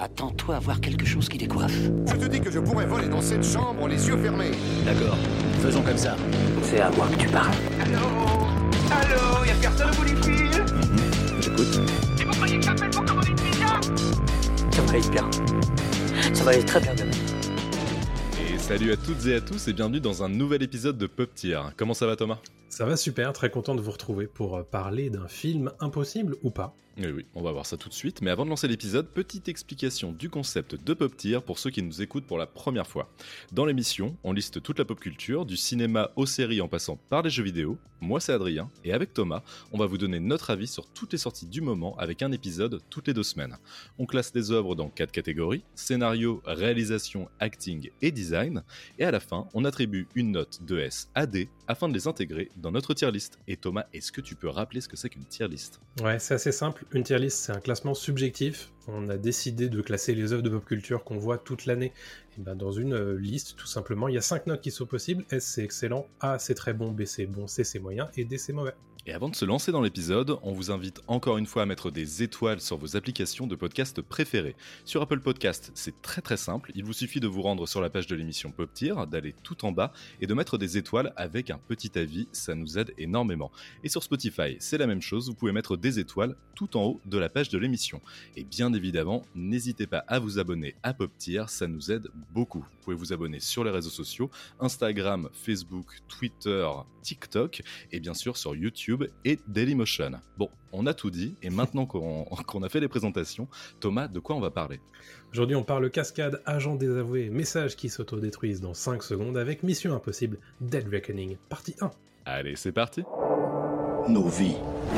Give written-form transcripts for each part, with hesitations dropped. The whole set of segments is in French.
Attends-toi à voir quelque chose qui décoiffe. Je te dis que je pourrais voler dans cette chambre les yeux fermés. D'accord, faisons comme ça. C'est à moi que tu parles. Allô, y'a personne au bout du fil? J'écoute. Et vous croyez que j'appelle pour commander une pizza? Ça va aller bien. Ça va aller très bien demain. Et salut à toutes et à tous et bienvenue dans un nouvel épisode de Pop Tier. Comment ça va Thomas ? Ça va super, très content de vous retrouver pour parler d'un film impossible ou pas. Oui, on va voir ça tout de suite, mais avant de lancer l'épisode, petite explication du concept de Pop Tier pour ceux qui nous écoutent pour la première fois. Dans l'émission, on liste toute la pop culture, du cinéma aux séries en passant par les jeux vidéo. Moi c'est Adrien, et avec Thomas, on va vous donner notre avis sur toutes les sorties du moment avec un épisode toutes les 2 semaines. On classe les œuvres dans 4 catégories, scénario, réalisation, acting et design, et à la fin, on attribue une note de S à D afin de les intégrer dans notre tier list. Et Thomas, est-ce que tu peux rappeler ce que c'est qu'une tier list ? Ouais, c'est assez simple. Une tier list, c'est un classement subjectif. On a décidé de classer les œuvres de pop culture qu'on voit toute l'année dans une liste, tout simplement. Il y a 5 notes qui sont possibles. S, c'est excellent. A, c'est très bon. B, c'est bon. C, c'est moyen. Et D, c'est mauvais. Et avant de se lancer dans l'épisode, on vous invite encore une fois à mettre des étoiles sur vos applications de podcast préférées. Sur Apple Podcast, c'est très très simple, il vous suffit de vous rendre sur la page de l'émission Pop Tier, d'aller tout en bas et de mettre des étoiles avec un petit avis, ça nous aide énormément. Et sur Spotify, c'est la même chose, vous pouvez mettre des étoiles tout en haut de la page de l'émission. Et bien évidemment, n'hésitez pas à vous abonner à Pop Tier, ça nous aide beaucoup. Vous pouvez vous abonner sur les réseaux sociaux, Instagram, Facebook, Twitter, TikTok et bien sûr sur YouTube et Dailymotion. Bon, on a tout dit, et maintenant qu'on a fait les présentations, Thomas, de quoi on va parler ? Aujourd'hui, on parle cascade, agent désavoué, messages qui s'autodétruisent dans 5 secondes avec Mission Impossible, Dead Reckoning, partie 1. Allez, c'est parti ! Nos vies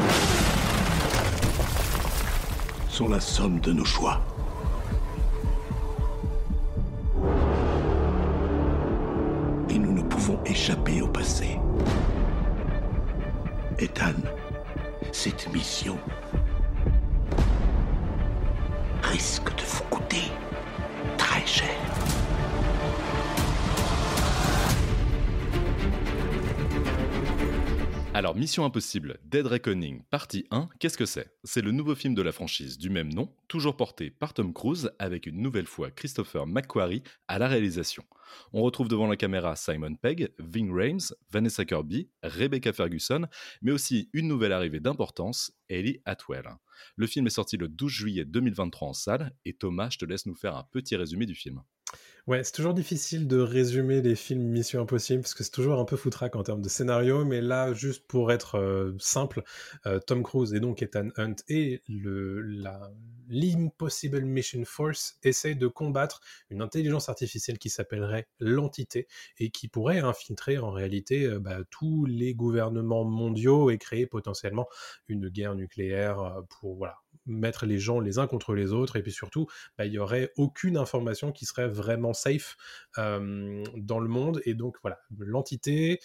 sont la somme de nos choix. Et nous ne pouvons échapper au passé. Ethan, cette mission risque de vous coûter très cher. Alors, Mission Impossible, Dead Reckoning, partie 1, qu'est-ce que c'est ? C'est le nouveau film de la franchise du même nom, toujours porté par Tom Cruise, avec une nouvelle fois Christopher McQuarrie à la réalisation. On retrouve devant la caméra Simon Pegg, Ving Rhames, Vanessa Kirby, Rebecca Ferguson, mais aussi une nouvelle arrivée d'importance, Ellie Atwell. Le film est sorti le 12 juillet 2023 en salle, et Thomas, je te laisse nous faire un petit résumé du film. Ouais, c'est toujours difficile de résumer les films Mission Impossible parce que c'est toujours un peu foutraque en termes de scénario, mais là, juste pour être simple, Tom Cruise et donc Ethan Hunt et l'Impossible Mission Force essayent de combattre une intelligence artificielle qui s'appellerait l'Entité et qui pourrait infiltrer en réalité tous les gouvernements mondiaux et créer potentiellement une guerre nucléaire pour mettre les gens les uns contre les autres, et puis surtout, il y aurait aucune information qui serait vraiment safe dans le monde, et donc voilà, l'entité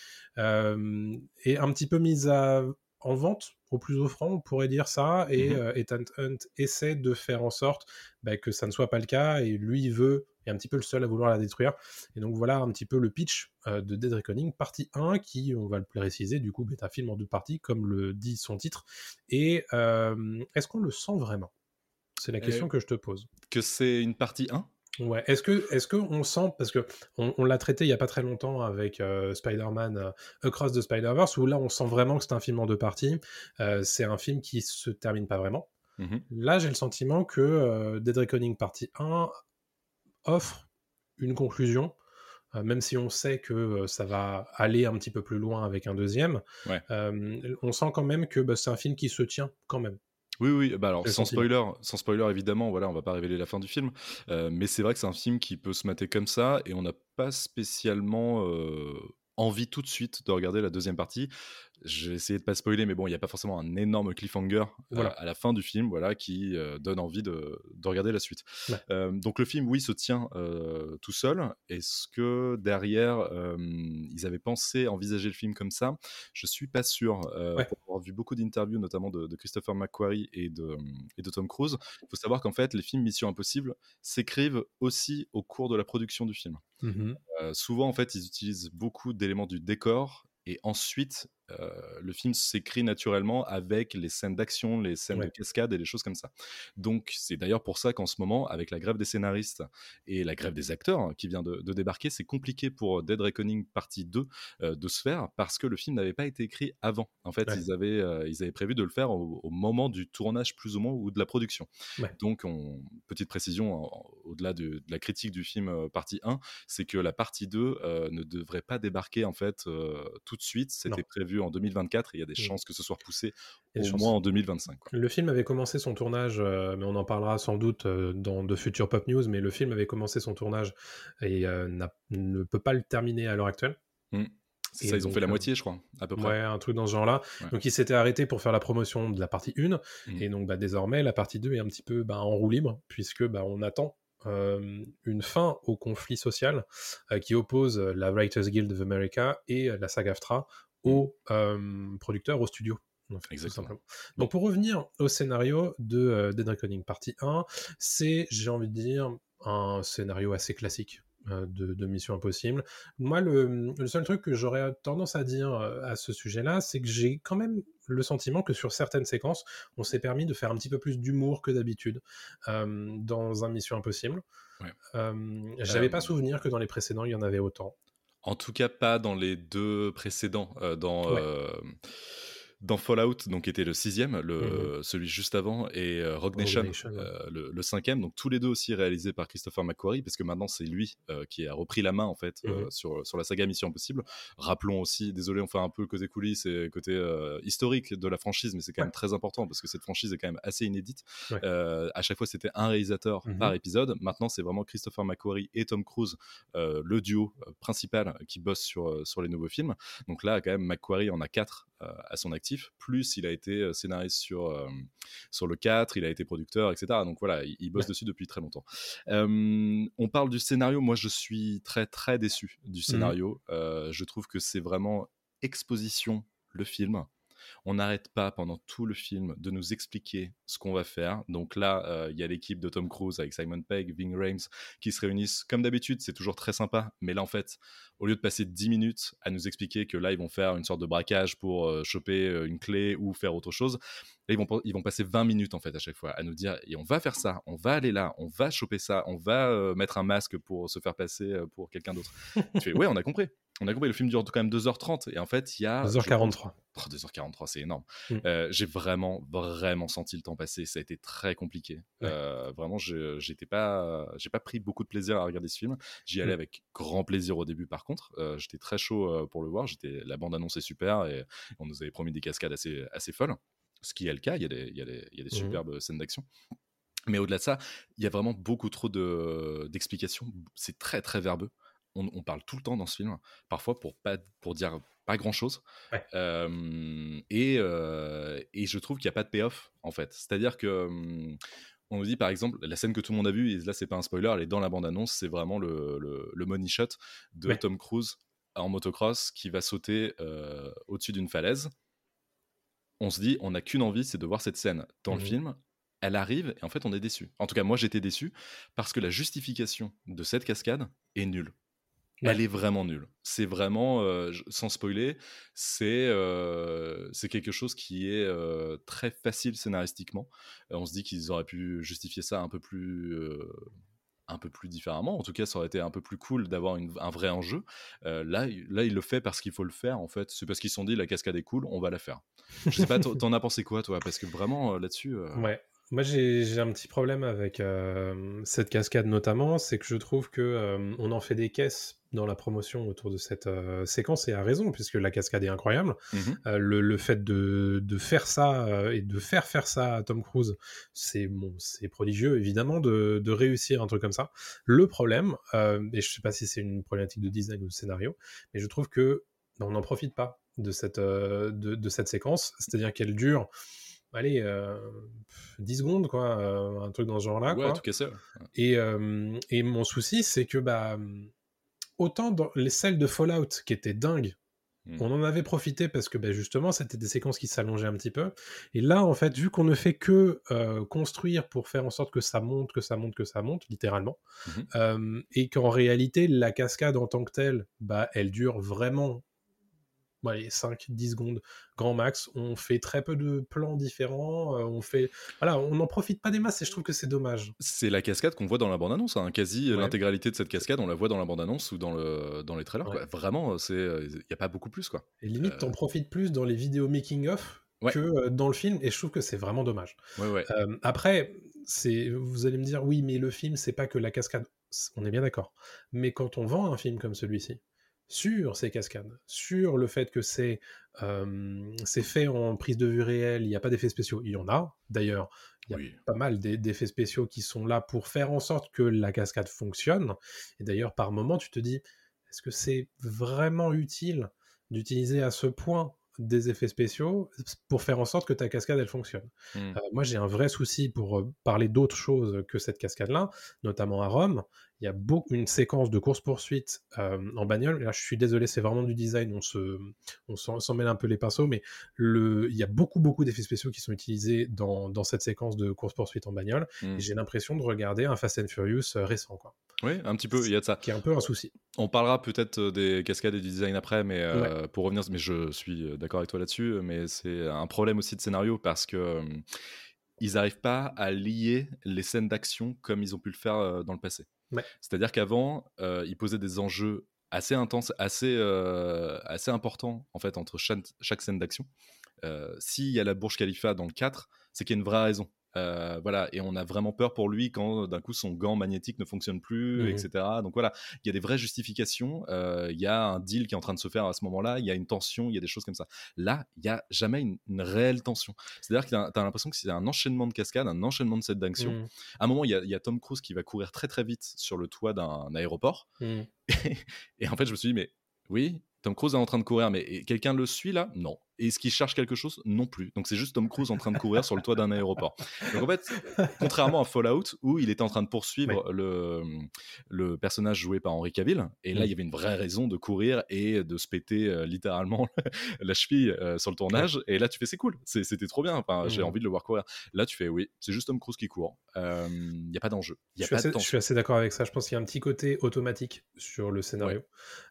est un petit peu mise en vente au plus offrant, on pourrait dire ça, et Ethan Hunt essaie de faire en sorte que ça ne soit pas le cas, et lui il est un petit peu le seul à vouloir la détruire, et donc voilà un petit peu le pitch de Dead Reckoning, partie 1, qui, on va le préciser, du coup, est un film en 2 parties, comme le dit son titre, et est-ce qu'on le sent vraiment ? C'est la question que je te pose. Que c'est une partie 1 ? Ouais, est-ce que on sent, parce que on l'a traité il y a pas très longtemps avec Spider-Man Across the Spider-Verse, où là on sent vraiment que c'est un film en 2 parties, c'est un film qui se termine pas vraiment. Là j'ai le sentiment que Dead Reckoning partie 1 offre une conclusion, même si on sait que ça va aller un petit peu plus loin avec un deuxième, on sent quand même que c'est un film qui se tient quand même. Oui, alors sans spoiler évidemment, voilà, on va pas révéler la fin du film, mais c'est vrai que c'est un film qui peut se mater comme ça, et on n'a pas spécialement envie tout de suite de regarder la deuxième partie. J'ai essayé de pas spoiler, mais bon, il n'y a pas forcément un énorme cliffhanger à la fin du film, qui donne envie de regarder la suite. Ouais. Donc le film, oui, se tient tout seul. Est-ce que derrière, ils avaient pensé envisager le film comme ça ? Je suis pas sûr. Pour avoir vu beaucoup d'interviews, notamment de Christopher McQuarrie et de Tom Cruise, il faut savoir qu'en fait, les films Mission Impossible s'écrivent aussi au cours de la production du film. Souvent, en fait, ils utilisent beaucoup d'éléments du décor, et ensuite le film s'écrit naturellement avec les scènes d'action, les scènes de cascade et des choses comme ça. Donc c'est d'ailleurs pour ça qu'en ce moment, avec la grève des scénaristes et la grève des acteurs qui vient de débarquer, c'est compliqué pour Dead Reckoning partie 2 de se faire, parce que le film n'avait pas été écrit avant. En fait, ils avaient prévu de le faire au moment du tournage plus ou moins, ou de la production. Donc petite précision, au-delà de la critique du film partie 1, c'est que la partie 2 ne devrait pas débarquer en fait tout de suite. C'était prévu en 2024 et il y a des chances que ce soit repoussé au moins en 2025. Quoi. Le film avait commencé son tournage, mais on en parlera sans doute dans de futures Pop News, mais le film avait commencé son tournage et ne peut pas le terminer à l'heure actuelle. C'est ça, ils ont fait la moitié, je crois, à peu près. Ouais, un truc dans ce genre-là. Donc, ils s'étaient arrêtés pour faire la promotion de la partie 1. Et donc, désormais, la partie 2 est un petit peu en roue libre, puisque on attend une fin au conflit social qui oppose la Writers Guild of America et la SAG-AFTRA aux producteurs, aux studios. En fait, tout simplement. Donc, pour revenir au scénario de Dead Reckoning partie 1, c'est, j'ai envie de dire, un scénario assez classique de Mission Impossible. Moi, le seul truc que j'aurais tendance à dire à ce sujet-là, c'est que j'ai quand même le sentiment que sur certaines séquences, on s'est permis de faire un petit peu plus d'humour que d'habitude dans un Mission Impossible. J'avais pas souvenir que dans les précédents, il y en avait autant. En tout cas, pas dans les deux précédents. Dans Fallout, donc qui était le 6e, celui juste avant, et Rogue Nation, le 5e, donc tous les deux aussi réalisés par Christopher McQuarrie, parce que maintenant c'est lui qui a repris la main en fait sur la saga Mission Impossible. Rappelons aussi, désolé, on fait un peu côté coulisses et côté historique de la franchise, mais c'est quand même très important parce que cette franchise est quand même assez inédite. À chaque fois c'était un réalisateur par épisode. Maintenant c'est vraiment Christopher McQuarrie et Tom Cruise, le duo principal qui bosse sur les nouveaux films. Donc là quand même McQuarrie en a 4 à son actif, plus il a été scénariste sur le 4, il a été producteur, etc. Donc voilà, il bosse dessus depuis très longtemps. On parle du scénario, moi je suis très très déçu du scénario. Je trouve que c'est vraiment exposition, le film. On n'arrête pas pendant tout le film de nous expliquer ce qu'on va faire. Donc là, il y a l'équipe de Tom Cruise avec Simon Pegg, Ving Rhames qui se réunissent. Comme d'habitude, c'est toujours très sympa. Mais là, en fait, au lieu de passer 10 minutes à nous expliquer que là, ils vont faire une sorte de braquage pour choper une clé ou faire autre chose, là, ils vont passer 20 minutes en fait à chaque fois à nous dire et on va faire ça, on va aller là, on va choper ça, on va mettre un masque pour se faire passer pour quelqu'un d'autre. Tu fais, ouais, on a compris. Le film dure quand même 2h30 et en fait il y a 2h43. 2h43, c'est énorme. J'ai vraiment senti le temps passer, ça a été très compliqué. Vraiment, j'ai pas pris beaucoup de plaisir à regarder ce film. J'y allais avec grand plaisir au début par contre. J'étais très chaud pour le voir. La bande-annonce est super et on nous avait promis des cascades assez folles. Ce qui est le cas, il y a des superbes scènes d'action. Mais au-delà de ça, il y a vraiment beaucoup trop d'explications. C'est très très verbeux. On parle tout le temps dans ce film, parfois pour dire pas grand-chose. Et je trouve qu'il n'y a pas de payoff, en fait. C'est-à-dire que on nous dit, par exemple, la scène que tout le monde a vue, et là, c'est pas un spoiler, elle est dans la bande-annonce, c'est vraiment le money shot de Tom Cruise en motocross qui va sauter au-dessus d'une falaise. On se dit, on n'a qu'une envie, c'est de voir cette scène dans le film. Elle arrive, et en fait, on est déçu. En tout cas, moi, j'étais déçu, parce que la justification de cette cascade est nulle. Elle est vraiment nulle. C'est vraiment, sans spoiler, c'est quelque chose qui est très facile scénaristiquement. On se dit qu'ils auraient pu justifier ça un peu plus différemment. En tout cas, ça aurait été un peu plus cool d'avoir un vrai enjeu. Là, il le fait parce qu'il faut le faire, en fait. C'est parce qu'ils se sont dit, la cascade est cool, on va la faire. Je sais pas, t'en as pensé quoi, toi ? Parce que vraiment, là-dessus... Ouais. Moi, j'ai un petit problème avec cette cascade notamment, c'est que je trouve que on en fait des caisses dans la promotion autour de cette séquence, et à raison, puisque la cascade est incroyable. Le fait de faire ça et de faire ça à Tom Cruise, c'est prodigieux, évidemment, de réussir un truc comme ça. Le problème, et je sais pas si c'est une problématique de design ou de scénario, mais je trouve que on n'en profite pas de cette séquence, c'est-à-dire qu'elle dure... Allez, 10 secondes, quoi, un truc dans ce genre-là. Ouais, quoi. tout cassé. Et mon souci, c'est que, autant dans les celles de Fallout qui étaient dingues, on en avait profité parce que, justement, c'était des séquences qui s'allongeaient un petit peu. Et là, en fait, vu qu'on ne fait que construire pour faire en sorte que ça monte, littéralement, et qu'en réalité, la cascade en tant que telle, elle dure vraiment bon, allez, 5-10 secondes, grand max. On fait très peu de plans différents. On n'en profite pas des masses et je trouve que c'est dommage. C'est la cascade qu'on voit dans la bande-annonce, hein. Quasi Ouais. l'intégralité de cette cascade, on la voit dans la bande-annonce ou dans les trailers, Ouais. quoi. Vraiment, il n'y a pas beaucoup plus, quoi. Et limite, t'en profites plus dans les vidéos making-of Ouais. que dans le film, et je trouve que c'est vraiment dommage. Ouais. Après, vous allez me dire, oui, mais le film, c'est pas que la cascade. On est bien d'accord. Mais quand on vend un film comme celui-ci, sur ces cascades, sur le fait que c'est fait en prise de vue réelle, il n'y a pas d'effets spéciaux, il y en a. D'ailleurs, il y a Oui. pas mal d'effets spéciaux qui sont là pour faire en sorte que la cascade fonctionne. Et d'ailleurs, par moment, tu te dis, est-ce que c'est vraiment utile d'utiliser à ce point des effets spéciaux pour faire en sorte que ta cascade, elle fonctionne. Moi, j'ai un vrai souci pour parler d'autre chose que cette cascade-là, notamment à Rome. Il y a une séquence de course-poursuite en bagnole. Là, je suis désolé, c'est vraiment du design, on s'en mêle un peu les pinceaux, mais il y a beaucoup d'effets spéciaux qui sont utilisés dans cette séquence de course-poursuite en bagnole, et j'ai l'impression de regarder un Fast and Furious récent, quoi. Oui, un petit peu, il y a de ça. Qui est un peu un souci. On parlera peut-être des cascades et du design après, mais Ouais. pour revenir, mais je suis d'accord avec toi là-dessus, mais c'est un problème aussi de scénario parce que ils n'arrivent pas à lier les scènes d'action comme ils ont pu le faire dans le passé. Ouais. C'est-à-dire qu'avant, ils posaient des enjeux assez intenses, assez importants en fait entre chaque scène d'action. S'il y a la Burj Khalifa dans le 4, c'est qu'il y a une vraie raison. Voilà, et on a vraiment peur pour lui quand d'un coup son gant magnétique ne fonctionne plus, etc. Donc voilà, il y a des vraies justifications, il y a un deal qui est en train de se faire à ce moment-là, il y a une tension, il y a des choses comme ça. Là, il n'y a jamais une réelle tension. C'est-à-dire que tu as l'impression que c'est un enchaînement de cascades, un enchaînement de scènes d'action. À un moment, il y a Tom Cruise qui va courir très très vite sur le toit d'un aéroport. Et en fait, je me suis dit, mais oui, Tom Cruise est en train de courir, mais quelqu'un le suit là? Non. Et est-ce qu'il cherche quelque chose? Non plus. Donc c'est juste Tom Cruise en train de courir sur le toit d'un aéroport. Donc en fait, contrairement à Fallout, où il était en train de poursuivre le personnage joué par Henry Cavill, et là il y avait une vraie raison de courir et de se péter littéralement la cheville sur le tournage, et là tu fais c'est cool, c'était trop bien, enfin, j'ai envie de le voir courir. Là tu fais oui, c'est juste Tom Cruise qui court, il n'y a pas d'enjeu, il y a pas de tension. Je suis assez d'accord avec ça, je pense qu'il y a un petit côté automatique sur le scénario.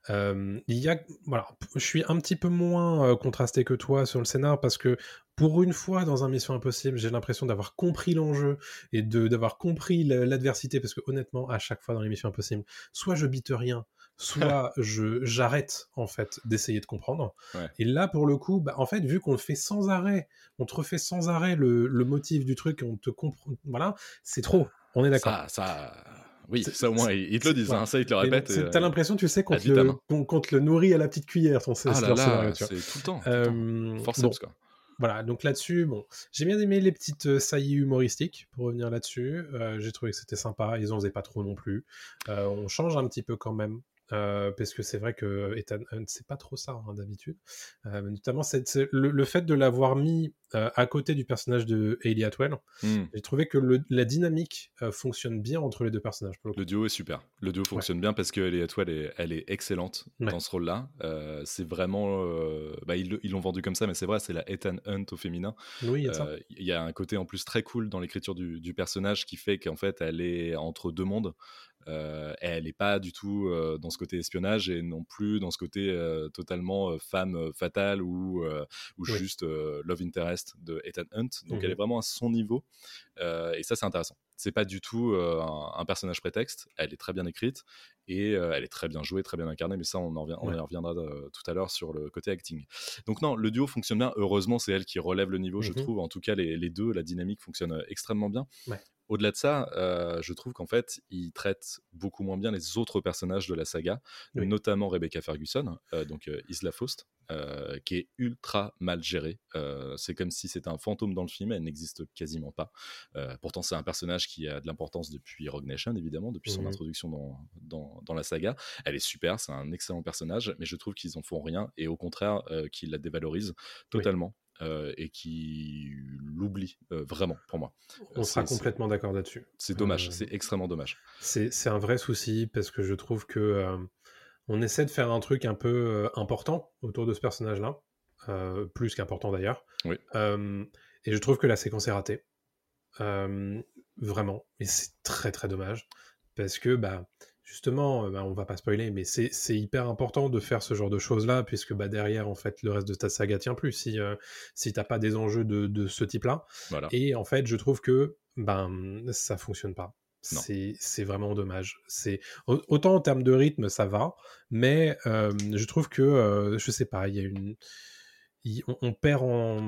Voilà, je suis un petit peu moins contrasté que toi sur le scénar, parce que pour une fois dans un Mission Impossible, j'ai l'impression d'avoir compris l'enjeu et d'avoir compris l'adversité, parce que honnêtement, à chaque fois dans les Missions Impossibles, soit je bite rien, soit j'arrête en fait d'essayer de comprendre. Et là, pour le coup, en fait, vu qu'on le fait sans arrêt, on te refait sans arrêt le motif du truc, on te comprend, voilà, c'est trop. On est d'accord. Oui, ça au moins, ils te le disent, ça ils te le répètent. T'as l'impression, tu sais, qu'on te le nourrit à la petite cuillère, ton scénario. C'est tout le temps. Forceps, quoi. Voilà, donc là-dessus, j'ai bien aimé les petites saillies humoristiques, pour revenir là-dessus. J'ai trouvé que c'était sympa, ils en faisaient pas trop non plus. On change un petit peu quand même. Parce que c'est vrai que Ethan Hunt, c'est pas trop ça d'habitude, notamment le fait de l'avoir mis à côté du personnage de Hayley Atwell. J'ai trouvé que la dynamique fonctionne bien entre les deux personnages. Le duo est super, le duo fonctionne bien parce que Hayley Atwell elle est excellente dans ce rôle-là. C'est vraiment ils l'ont vendu comme ça, mais c'est vrai, c'est la Ethan Hunt au féminin. Oui, il y a un côté en plus très cool dans l'écriture du personnage qui fait qu'en fait elle est entre deux mondes. Elle n'est pas du tout dans ce côté espionnage et non plus dans ce côté totalement femme fatale ou juste love interest de Ethan Hunt. Donc elle est vraiment à son niveau et ça c'est intéressant. C'est pas du tout un personnage prétexte. Elle est très bien écrite et elle est très bien jouée, très bien incarnée, mais ça on y reviendra tout à l'heure sur le côté acting. Donc non, le duo fonctionne bien. Heureusement, c'est elle qui relève le niveau, je trouve. En tout cas, les deux, la dynamique fonctionne extrêmement bien. Au-delà de ça, je trouve qu'en fait, ils traitent beaucoup moins bien les autres personnages de la saga, notamment Rebecca Ferguson, donc Isla Faust, qui est ultra mal gérée. C'est comme si c'était un fantôme dans le film, elle n'existe quasiment pas. Pourtant, c'est un personnage qui a de l'importance depuis Rogue Nation, évidemment, depuis son introduction dans la saga. Elle est super, c'est un excellent personnage, mais je trouve qu'ils en font rien, et au contraire, qu'ils la dévalorisent totalement. Et qui l'oublie vraiment pour moi. On sera complètement d'accord là-dessus. C'est dommage, c'est extrêmement dommage. C'est un vrai souci parce que je trouve que on essaie de faire un truc un peu important autour de ce personnage-là, plus qu'important d'ailleurs. Oui. Et je trouve que la séquence est ratée. Vraiment. Et c'est très très dommage. parce que justement, on va pas spoiler, mais c'est hyper important de faire ce genre de choses-là, puisque derrière, en fait, le reste de ta saga tient plus si t'as pas des enjeux de ce type-là. Voilà. Et en fait, je trouve que ça fonctionne pas. Non. C'est vraiment dommage. Autant en termes de rythme, ça va, mais je trouve que, je sais pas, il y a on perd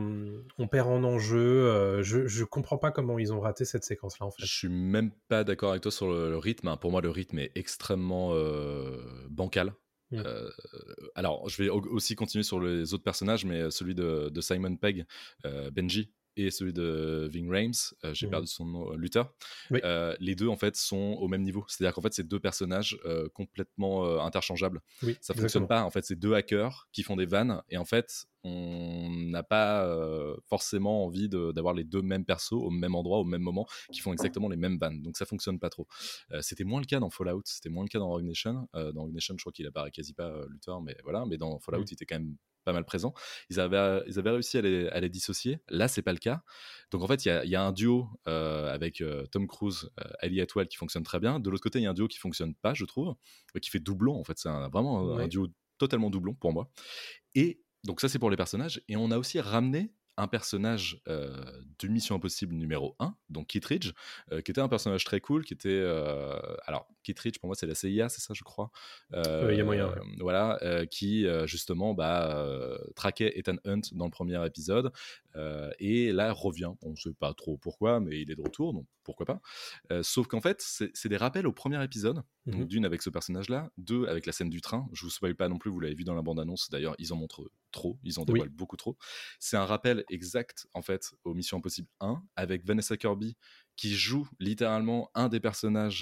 en enjeu. Je comprends pas comment ils ont raté cette séquence-là, en fait. Je suis même pas d'accord avec toi sur le rythme. Pour moi, le rythme est extrêmement bancal. Mm. Alors, je vais aussi continuer sur les autres personnages, mais celui de Simon Pegg, Benji, et celui de Ving Rhames, j'ai perdu son nom, Luther. Oui. Les deux, en fait, sont au même niveau. C'est-à-dire qu'en fait, c'est deux personnages complètement interchangeables. Oui, ça fonctionne pas. En fait, c'est deux hackers qui font des vannes, et en fait, on n'a pas forcément envie d'avoir les deux mêmes persos au même endroit, au même moment, qui font exactement les mêmes vannes. Donc ça fonctionne pas trop. C'était moins le cas dans Fallout, c'était moins le cas dans Rogue Nation. Dans Rogue Nation, je crois qu'il apparaît quasi pas Luther, mais voilà. Mais dans Fallout, il était quand même pas mal présent. Ils avaient réussi à les dissocier. Là, c'est pas le cas. Donc en fait, il y a un duo avec Tom Cruise, Ali Atwell, qui fonctionne très bien. De l'autre côté, il y a un duo qui fonctionne pas, je trouve, qui fait doublon. En fait, c'est vraiment un duo totalement doublon pour moi. Et donc ça, c'est pour les personnages. Et on a aussi ramené un personnage de Mission Impossible numéro 1, donc Kittredge, qui était un personnage très cool, qui était... alors, Kittredge, pour moi, c'est la CIA, c'est ça, je crois. Il y a moyen, ouais. Voilà, qui, justement, traquait Ethan Hunt dans le premier épisode, et là, revient. On ne sait pas trop pourquoi, mais il est de retour, donc pourquoi pas. Sauf qu'en fait, c'est des rappels au premier épisode, donc d'une avec ce personnage-là, deux avec la scène du train. Je vous spoil pas non plus, vous l'avez vu dans la bande-annonce, d'ailleurs, ils en montrent trop, ils en dévoilent beaucoup trop. C'est un rappel exact, en fait, aux Mission Impossible 1, avec Vanessa Kirby, qui joue littéralement un des personnages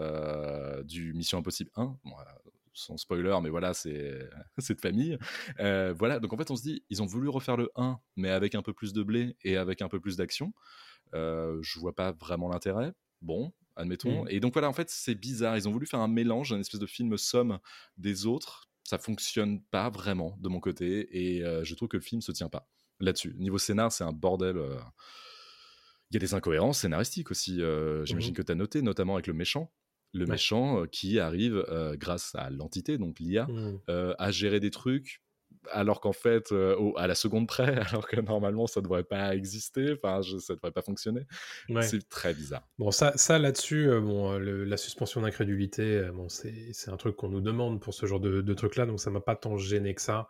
du Mission Impossible 1. Bon, sans spoiler, mais voilà, c'est de famille. Voilà, donc en fait, on se dit, ils ont voulu refaire le 1, mais avec un peu plus de blé et avec un peu plus d'action. Je vois pas vraiment l'intérêt. Bon, admettons. Et donc voilà, en fait, c'est bizarre. Ils ont voulu faire un mélange, une espèce de film somme des autres. Ça fonctionne pas vraiment de mon côté, et je trouve que le film se tient pas là-dessus. Niveau scénar, c'est un bordel. Il y a des incohérences scénaristiques aussi. J'imagine que tu as noté, notamment avec le méchant. Le méchant qui arrive, grâce à l'entité, donc l'IA, à gérer des trucs, alors qu'en fait, à la seconde près, alors que normalement ça devrait pas exister, ça devrait pas fonctionner. C'est très bizarre. Bon, ça là-dessus, la suspension d'incrédulité, c'est un truc qu'on nous demande pour ce genre de truc-là, donc ça m'a pas tant gêné que ça.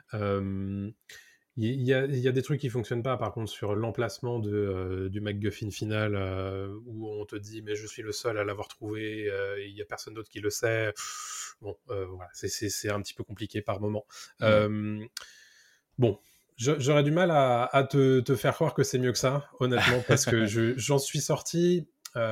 Il y a des trucs qui fonctionnent pas, par contre, sur l'emplacement du MacGuffin final, où on te dit mais je suis le seul à l'avoir trouvé, il y a personne d'autre qui le sait. Bon, voilà, c'est un petit peu compliqué par moment. Bon, j'aurais du mal à te faire croire que c'est mieux que ça, honnêtement, parce que j'en suis sorti.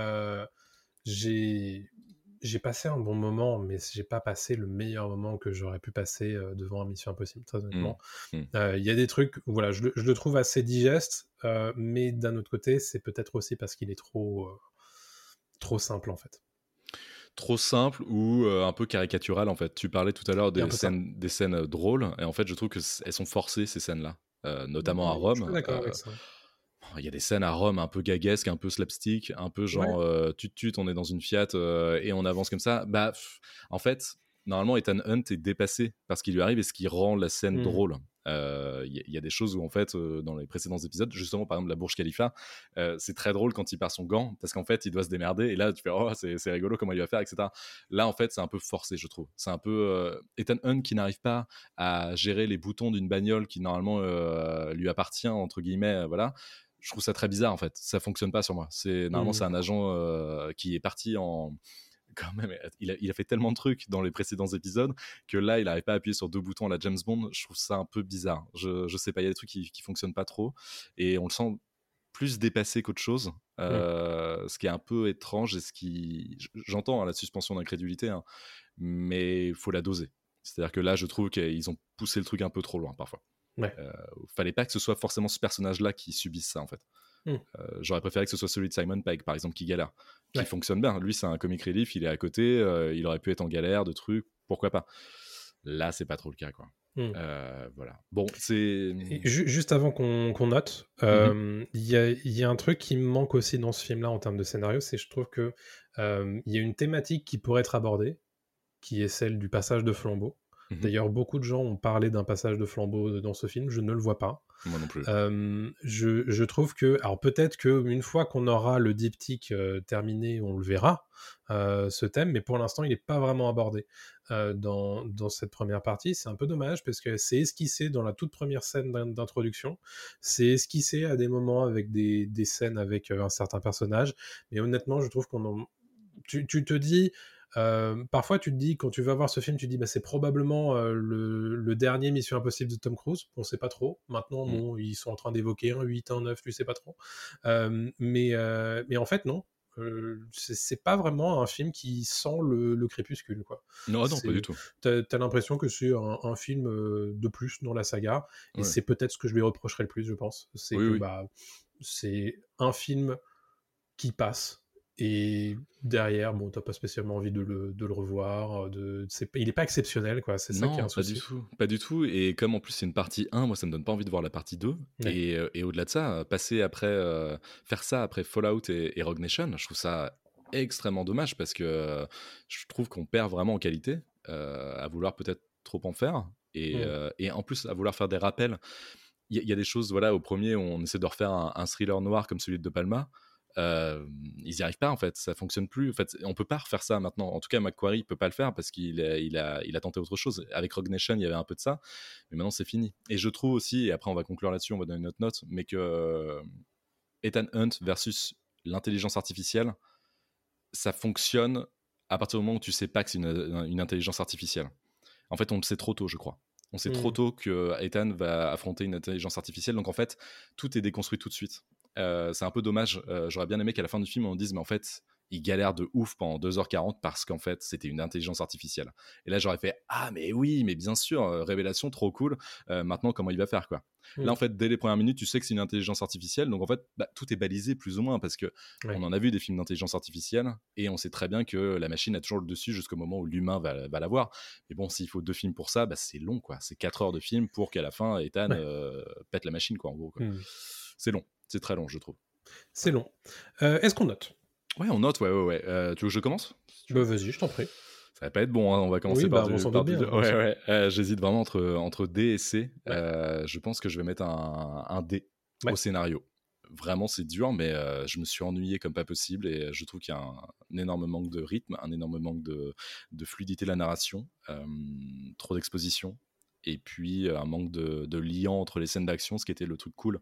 J'ai passé un bon moment, mais j'ai pas passé le meilleur moment que j'aurais pu passer devant un Mission Impossible, très honnêtement. Il y a des trucs, voilà, je le trouve assez digeste, mais d'un autre côté, c'est peut-être aussi parce qu'il est trop simple, en fait. Trop simple ou un peu caricatural, en fait. Tu parlais tout à l'heure des scènes drôles, et en fait, je trouve qu'elles sont forcées, ces scènes-là, notamment à Rome. Je suis d'accord avec ça. Il y a des scènes à Rome un peu gaguesques, un peu slapstick, un peu genre tut, on est dans une Fiat et on avance comme ça. En fait, normalement, Ethan Hunt est dépassé par ce qui lui arrive et ce qui rend la scène drôle. Il y a des choses où, en fait, dans les précédents épisodes, justement, par exemple, la Burj Khalifa, c'est très drôle quand il perd son gant, parce qu'en fait, il doit se démerder, et là, tu fais, oh, c'est rigolo, comment il va faire, etc. Là, en fait, c'est un peu forcé, je trouve. C'est un peu Ethan Hunt qui n'arrive pas à gérer les boutons d'une bagnole qui, normalement, lui appartient, entre guillemets, voilà. Je trouve ça très bizarre, en fait. Ça fonctionne pas sur moi. Normalement, c'est un agent qui est parti en... Quand même, il a fait tellement de trucs dans les précédents épisodes que là, il n'arrive pas à appuyer sur 2 boutons à la James Bond. Je trouve ça un peu bizarre. Je sais pas, il y a des trucs qui fonctionnent pas trop. Et on le sent plus dépassé qu'autre chose. Ce qui est un peu étrange et j'entends la suspension d'incrédulité, mais il faut la doser. C'est-à-dire que là, je trouve qu'ils ont poussé le truc un peu trop loin, parfois. Fallait pas que ce soit forcément ce personnage-là qui subisse ça, en fait. J'aurais préféré que ce soit celui de Simon Pegg, par exemple, qui galère, qui fonctionne bien. Lui, c'est un comic relief, il est à côté, il aurait pu être en galère de trucs, pourquoi pas. Là, c'est pas trop le cas, quoi. Mm. Voilà. Bon, c'est... Et juste avant qu'on note, il y a un truc qui me manque aussi dans ce film-là en termes de scénario, c'est je trouve que il y a une thématique qui pourrait être abordée, qui est celle du passage de flambeau. D'ailleurs, beaucoup de gens ont parlé d'un passage de flambeau dans ce film, je ne le vois pas. Moi non plus. Je trouve que... Alors peut-être qu'une fois qu'on aura le diptyque terminé, on le verra, ce thème, mais pour l'instant, il n'est pas vraiment abordé dans cette première partie. C'est un peu dommage, parce que c'est esquissé dans la toute première scène d'introduction, c'est esquissé à des moments avec des scènes avec un certain personnage, mais honnêtement, je trouve tu te dis... parfois tu te dis, quand tu vas voir ce film, tu te dis c'est probablement le dernier Mission Impossible de Tom Cruise, on sait pas trop, maintenant bon, ils sont en train d'évoquer un 8, un 9, tu sais pas trop, mais en fait non, c'est pas vraiment un film qui sent le crépuscule, quoi. Non, pas du tout. T'as l'impression que c'est un film de plus dans la saga, et c'est peut-être ce que je lui reprocherais le plus, je pense, c'est c'est un film qui passe. Et derrière, bon, t'as pas spécialement envie de le revoir. Il est pas exceptionnel, quoi. C'est ça qui est un souci. Pas du tout. Et comme en plus c'est une partie 1, moi ça me donne pas envie de voir la partie 2. Ouais. Et au-delà de ça, faire ça après Fallout et Rogue Nation, je trouve ça extrêmement dommage, parce que je trouve qu'on perd vraiment en qualité à vouloir peut-être trop en faire. Et en plus, à vouloir faire des rappels. Il y a des choses, voilà, au premier, on essaie de refaire un thriller noir comme celui de Palma. Ils n'y arrivent pas, en fait, ça fonctionne plus. En fait, on peut pas refaire ça maintenant. En tout cas, McQuarrie peut pas le faire parce qu'il a tenté autre chose. Avec Rogue Nation, il y avait un peu de ça, mais maintenant c'est fini. Et je trouve aussi, et après on va conclure là-dessus, on va donner notre note, mais que Ethan Hunt versus l'intelligence artificielle, ça fonctionne à partir du moment où tu sais pas que c'est une intelligence artificielle. En fait, on le sait trop tôt, je crois. On sait trop tôt que Ethan va affronter une intelligence artificielle, donc en fait, tout est déconstruit tout de suite. C'est un peu dommage. J'aurais bien aimé qu'à la fin du film on dise mais en fait il galère de ouf pendant 2h40 parce qu'en fait c'était une intelligence artificielle, et là j'aurais fait mais oui, mais bien sûr, révélation trop cool, maintenant comment il va faire, quoi. Là en fait dès les premières minutes tu sais que c'est une intelligence artificielle, donc en fait tout est balisé plus ou moins, parce que on en a vu des films d'intelligence artificielle et on sait très bien que la machine a toujours le dessus jusqu'au moment où l'humain va l'avoir. Mais bon, s'il faut 2 films pour ça, c'est long, quoi. C'est 4 heures de film pour qu'à la fin Ethan pète la machine, quoi, en gros, quoi. C'est long. C'est très long, je trouve. C'est long. Est-ce qu'on note ? Ouais, on note, ouais. Tu veux que je commence ? Vas-y, je t'en prie. Ça va pas être bon, hein. On va commencer par du... on s'en doute bien. J'hésite vraiment entre D et C. Je pense que je vais mettre un D au scénario. Vraiment, c'est dur, mais je me suis ennuyé comme pas possible, et je trouve qu'il y a un énorme manque de rythme, un énorme manque de fluidité de la narration, trop d'exposition. Et puis un manque de lien entre les scènes d'action, ce qui était le truc cool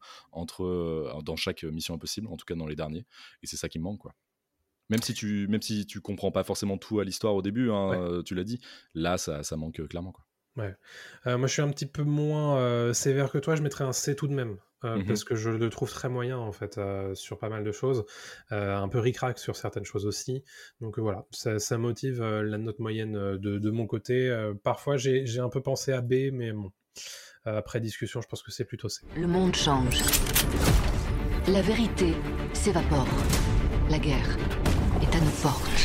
dans chaque Mission Impossible, en tout cas dans les derniers. Et c'est ça qui me manque, quoi. Même si tu comprends pas forcément tout à l'histoire au début, hein, tu l'as dit, là ça manque clairement, quoi. Ouais. Moi je suis un petit peu moins sévère que toi, je mettrais un C tout de même. Parce que je le trouve très moyen, en fait, sur pas mal de choses, un peu ric-rac sur certaines choses aussi, donc voilà, ça motive la note moyenne de mon côté. Parfois j'ai un peu pensé à B, mais bon, après discussion, je pense que c'est plutôt C. Le monde change, la vérité s'évapore, la guerre est à nos portes.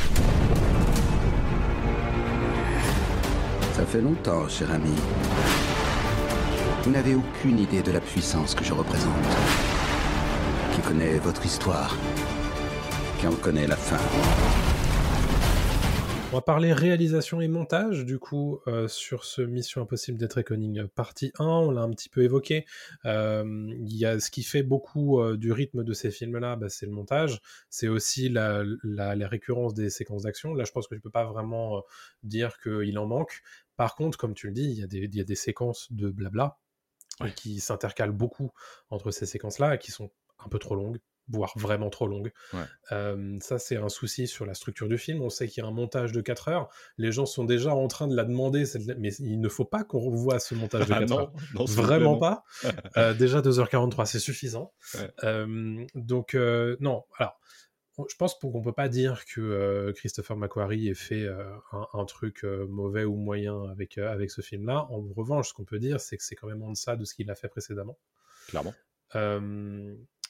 Ça fait longtemps, cher ami. Vous n'avez aucune idée de la puissance que je représente. Qui connaît votre histoire, qui en connaît la fin. On va parler réalisation et montage, du coup, sur ce Mission Impossible Dead Reckoning partie 1, on l'a un petit peu évoqué. Il y a ce qui fait beaucoup du rythme de ces films-là, c'est le montage. C'est aussi la récurrence des séquences d'action. Là, je pense que tu peux pas vraiment dire qu'il en manque. Par contre, comme tu le dis, il y a des séquences de blabla qui s'intercalent beaucoup entre ces séquences-là et qui sont un peu trop longues, voire vraiment trop longues. Ça, c'est un souci sur la structure du film. On sait qu'il y a un montage de 4 heures. Les gens sont déjà en train de la demander, mais il ne faut pas qu'on revoie ce montage de 4 heures. Non, vraiment pas. Déjà 2h43, c'est suffisant. Donc, non, alors... Je pense qu'on peut pas dire que Christopher McQuarrie ait fait un truc mauvais ou moyen avec ce film-là. En revanche, ce qu'on peut dire, c'est que c'est quand même en deçà de ce qu'il a fait précédemment. Clairement.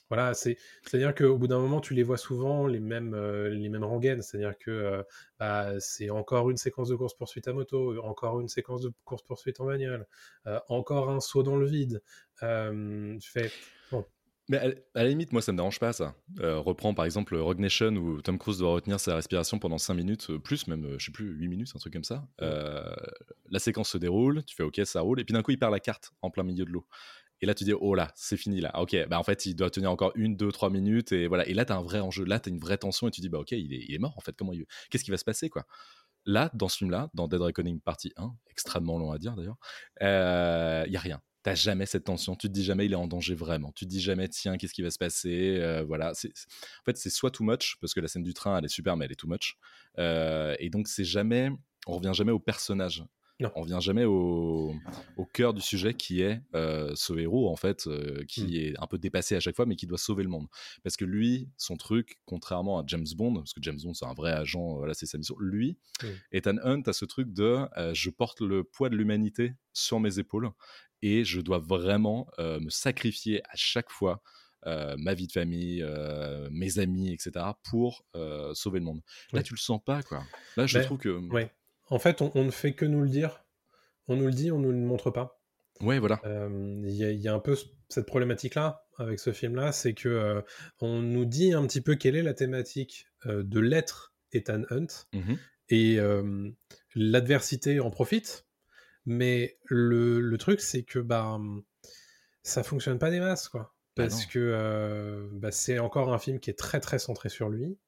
Voilà, c'est-à-dire qu'au bout d'un moment, tu les vois souvent les mêmes rengaines. C'est-à-dire que c'est encore une séquence de course-poursuite à moto, encore une séquence de course-poursuite en bagnole, encore un saut dans le vide. Tu fais... Bon. Mais à la limite, moi, ça me dérange pas, ça. Reprends par exemple Rogue Nation où Tom Cruise doit retenir sa respiration pendant 5 minutes, plus même, je sais plus, 8 minutes, un truc comme ça. La séquence se déroule, tu fais ok, ça roule, et puis d'un coup, il perd la carte en plein milieu de l'eau. Et là, tu dis, oh là, c'est fini là. Ok, bah en fait, il doit tenir encore 1, 2, 3 minutes, et voilà. Et là, t'as un vrai enjeu, là, t'as une vraie tension, et tu dis, bah ok, il est mort en fait, qu'est-ce qui va se passer, quoi. Là, dans ce film-là, dans Dead Reckoning partie 1, extrêmement long à dire d'ailleurs, il y a rien. T'as jamais cette tension, tu te dis jamais il est en danger vraiment, tu te dis jamais tiens qu'est-ce qui va se passer, voilà. En fait c'est soit too much, parce que la scène du train elle est super mais elle est too much, et donc on revient jamais au personnage. Non. On revient jamais au cœur du sujet qui est ce héros en fait, qui est un peu dépassé à chaque fois mais qui doit sauver le monde. Parce que lui, son truc, contrairement à James Bond, parce que James Bond c'est un vrai agent, voilà, c'est sa mission, lui, Ethan Hunt a ce truc de je porte le poids de l'humanité sur mes épaules et je dois vraiment me sacrifier à chaque fois ma vie de famille, mes amis, etc. pour sauver le monde. Là, tu le sens pas, quoi. Là, je trouve que... Ouais. En fait, on ne fait que nous le dire. On nous le dit, on nous le montre pas. Ouais, voilà. Il y a un peu cette problématique-là avec ce film-là, c'est que on nous dit un petit peu quelle est la thématique de l'être Ethan Hunt, et l'adversité en profite, mais le truc, c'est que ça fonctionne pas des masses, quoi. Parce que c'est encore un film qui est très très centré sur lui,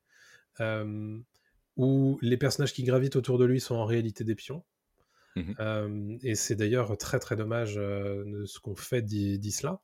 où les personnages qui gravitent autour de lui sont en réalité des pions. Et c'est d'ailleurs très très dommage de ce qu'on fait d'Ilsa.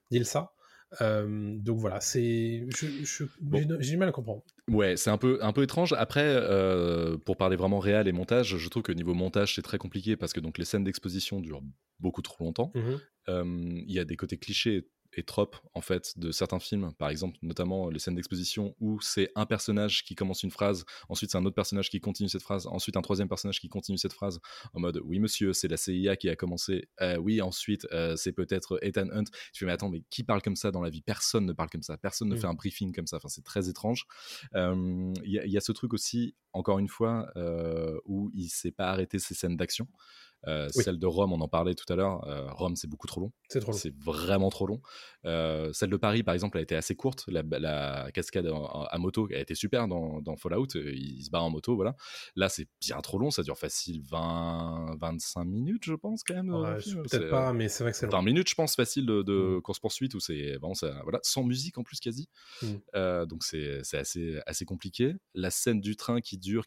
Donc voilà, j'ai du mal à comprendre. Ouais, c'est un peu étrange. Après, pour parler vraiment réel et montage, je trouve que niveau montage, c'est très compliqué parce que donc les scènes d'exposition durent beaucoup trop longtemps. Il y a des côtés clichés et tropes en fait de certains films, par exemple notamment les scènes d'exposition où c'est un personnage qui commence une phrase, ensuite c'est un autre personnage qui continue cette phrase, ensuite un troisième personnage qui continue cette phrase en mode oui monsieur c'est la CIA qui a commencé, oui ensuite c'est peut-être Ethan Hunt. Je fais mais attends, mais qui parle comme ça dans la vie? Personne ne parle comme ça, personne ne fait un briefing comme ça, enfin c'est très étrange. Il y a ce truc aussi encore une fois où il s'est pas arrêté ces scènes d'action. Celle de Rome, on en parlait tout à l'heure. Rome, c'est beaucoup trop long. C'est trop long. C'est vraiment trop long. Celle de Paris, par exemple, a été assez courte. La cascade à moto a été super dans Fallout. Il se barre en moto, voilà. Là, c'est bien trop long. Ça dure facile 20-25 minutes, je pense, quand même. Ouais, peut-être pas, mais c'est vrai que c'est long. 20 minutes, je pense, facile de course-poursuite où c'est vraiment ça, voilà, sans musique en plus quasi. Donc c'est assez compliqué. La scène du train qui dure.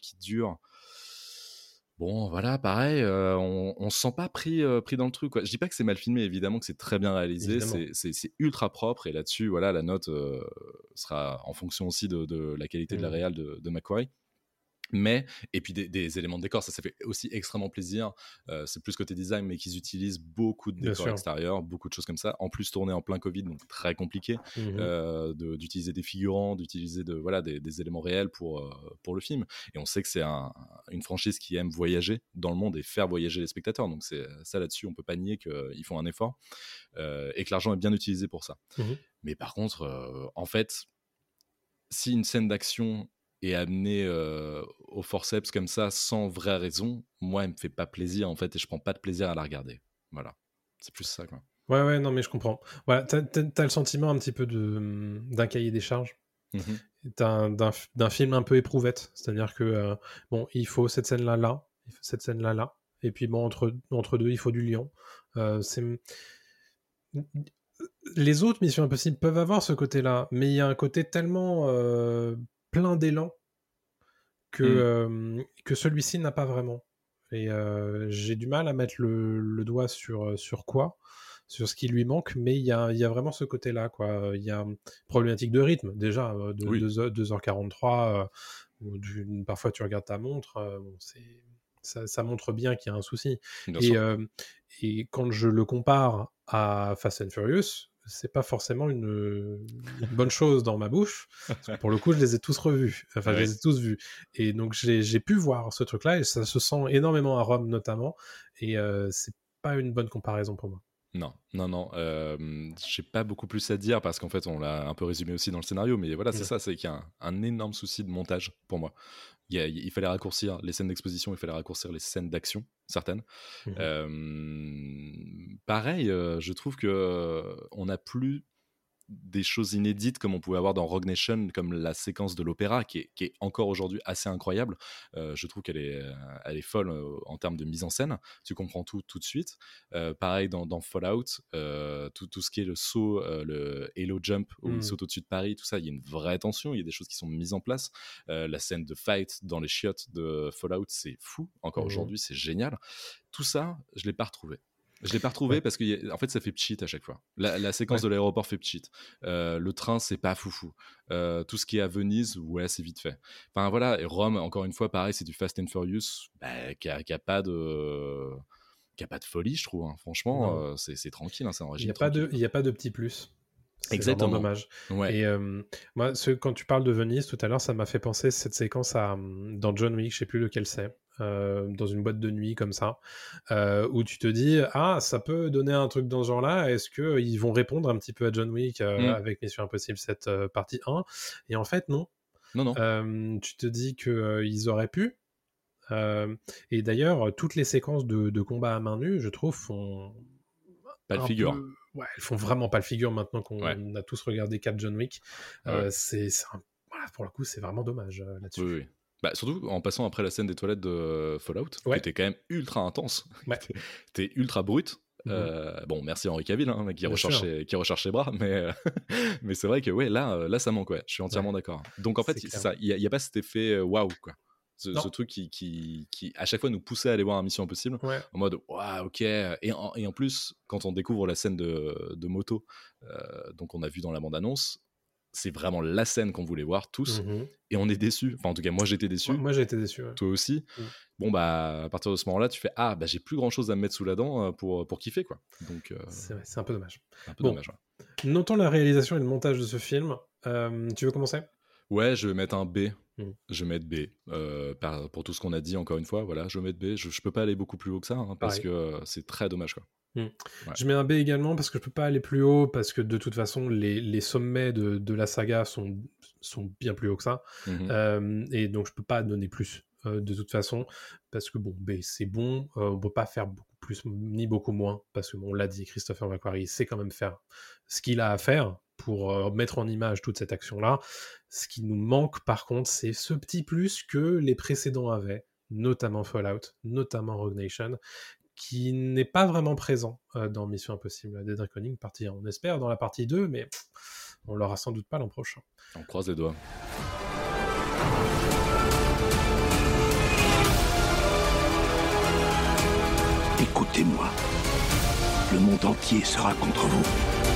Bon, voilà, pareil, on se sent pas pris dans le truc, quoi. Je dis pas que c'est mal filmé, évidemment que c'est très bien réalisé, c'est ultra propre, et là-dessus, voilà, la note sera en fonction aussi de la qualité de la réal de McQuarrie. Mais, et puis des éléments de décor, ça fait aussi extrêmement plaisir. C'est plus côté design, mais qu'ils utilisent beaucoup de décors extérieurs, beaucoup de choses comme ça. En plus, tourné en plein Covid, donc très compliqué d'utiliser des figurants, d'utiliser des éléments réels pour le film. Et on sait que c'est une franchise qui aime voyager dans le monde et faire voyager les spectateurs. Donc c'est ça, là-dessus, on peut pas nier qu'ils font un effort et que l'argent est bien utilisé pour ça. Mais par contre, en fait, si une scène d'action et amené au forceps comme ça sans vraie raison, moi elle me fait pas plaisir en fait, et je prends pas de plaisir à la regarder. Voilà, c'est plus ça, quoi. Ouais, non mais je comprends. Voilà, t'as le sentiment un petit peu d'un cahier des charges, d'un film un peu éprouvette, c'est-à-dire que bon, il faut cette scène là, il faut cette scène là, et puis bon, entre deux il faut du lion. Les autres Missions Impossibles peuvent avoir ce côté-là, mais il y a un côté tellement plein d'élan que celui-ci n'a pas vraiment. Et j'ai du mal à mettre le doigt sur quoi, sur ce qui lui manque, mais il y a vraiment ce côté-là, quoi. Il y a une problématique de rythme, déjà, 2h43, où parfois tu regardes ta montre, ça montre bien qu'il y a un souci. Et quand je le compare à Fast and Furious, c'est pas forcément une bonne chose dans ma bouche. Parce que pour le coup, je les ai tous revus. Enfin, je les ai tous vus. Et donc, j'ai pu voir ce truc-là, et ça se sent énormément à Rome, notamment. Et c'est pas une bonne comparaison pour moi. Non. J'ai pas beaucoup plus à dire parce qu'en fait, on l'a un peu résumé aussi dans le scénario, mais voilà, c'est ça, c'est qu'il y a un énorme souci de montage pour moi. Il fallait raccourcir les scènes d'exposition, il fallait raccourcir les scènes d'action, certaines. Pareil, je trouve que on n'a plus des choses inédites comme on pouvait avoir dans Rogue Nation, comme la séquence de l'opéra qui est encore aujourd'hui assez incroyable. Je trouve qu'elle est folle en termes de mise en scène. Tu comprends tout de suite. Pareil dans Fallout, tout ce qui est le saut, le Halo Jump où il saute au-dessus de Paris, tout ça, il y a une vraie tension, il y a des choses qui sont mises en place. La scène de fight dans les chiottes de Fallout, c'est fou. Encore aujourd'hui, c'est génial. Tout ça, je l'ai pas retrouvé. Je l'ai pas retrouvé parce que en fait ça fait pchit à chaque fois. La séquence de l'aéroport fait pchit. Le train c'est pas foufou. Tout ce qui est à Venise, ouais, c'est vite fait. Enfin voilà, et Rome encore une fois pareil, c'est du Fast and Furious qui a pas de folie, je trouve. Hein. Franchement, c'est tranquille, hein, c'est un régime. Il y a pas de petit plus. C'est exactement vraiment dommage. Ouais. Et moi, quand tu parles de Venise tout à l'heure, ça m'a fait penser cette séquence dans John Wick, je sais plus lequel c'est. Dans une boîte de nuit comme ça, où tu te dis ça peut donner un truc dans ce genre-là, est-ce qu'ils vont répondre un petit peu à John Wick avec Mission Impossible cette partie 1, et en fait non. Tu te dis qu'ils auraient pu, et d'ailleurs toutes les séquences de combat à main nue, je trouve, font pas le figure. Ouais, elles font vraiment pas le figure maintenant qu'on a tous regardé 4 John Wick. Pour le coup c'est vraiment dommage là-dessus. Oui. Bah, surtout en passant après la scène des toilettes de Fallout, qui était quand même ultra intense, t'es ultra brut. Bon, merci Henry Cavill qui recherche ses bras, mais c'est vrai que là ça manque. Je suis entièrement d'accord. Donc en fait, c'est ça, il y a pas cet effet waouh quoi. Ce truc qui à chaque fois nous poussait à aller voir un Mission Impossible en mode waouh, ok, et en plus quand on découvre la scène de moto, donc on a vu dans la bande-annonce, c'est vraiment la scène qu'on voulait voir tous, et on est déçus. Enfin, en tout cas, moi j'étais déçu. Moi j'ai été déçu. Ouais. Toi aussi. Bon, bah, à partir de ce moment-là, tu fais j'ai plus grand chose à me mettre sous la dent pour kiffer, quoi. Donc, c'est un peu dommage. Dommage. Notons la réalisation et le montage de ce film. Tu veux commencer ? Ouais, je vais mettre un B. Je vais mettre B. Pour tout ce qu'on a dit, encore une fois, voilà, je vais mettre B. Je peux pas aller beaucoup plus haut que ça, parce que c'est très dommage, quoi. Je mets un B également parce que je peux pas aller plus haut, parce que de toute façon les sommets de la saga sont bien plus hauts que ça, et donc je peux pas donner plus de toute façon, parce que bon, B c'est bon, on peut pas faire beaucoup plus ni beaucoup moins, parce que on l'a dit, Christopher McQuarrie il sait quand même faire ce qu'il a à faire pour mettre en image toute cette action là. Ce qui nous manque par contre, c'est ce petit plus que les précédents avaient, notamment Fallout, notamment Rogue Nation, qui n'est pas vraiment présent dans Mission Impossible Dead Reckoning partie 1. On espère dans la partie 2, mais on l'aura sans doute pas l'an prochain. On croise les doigts. Écoutez-moi. Le monde entier sera contre vous.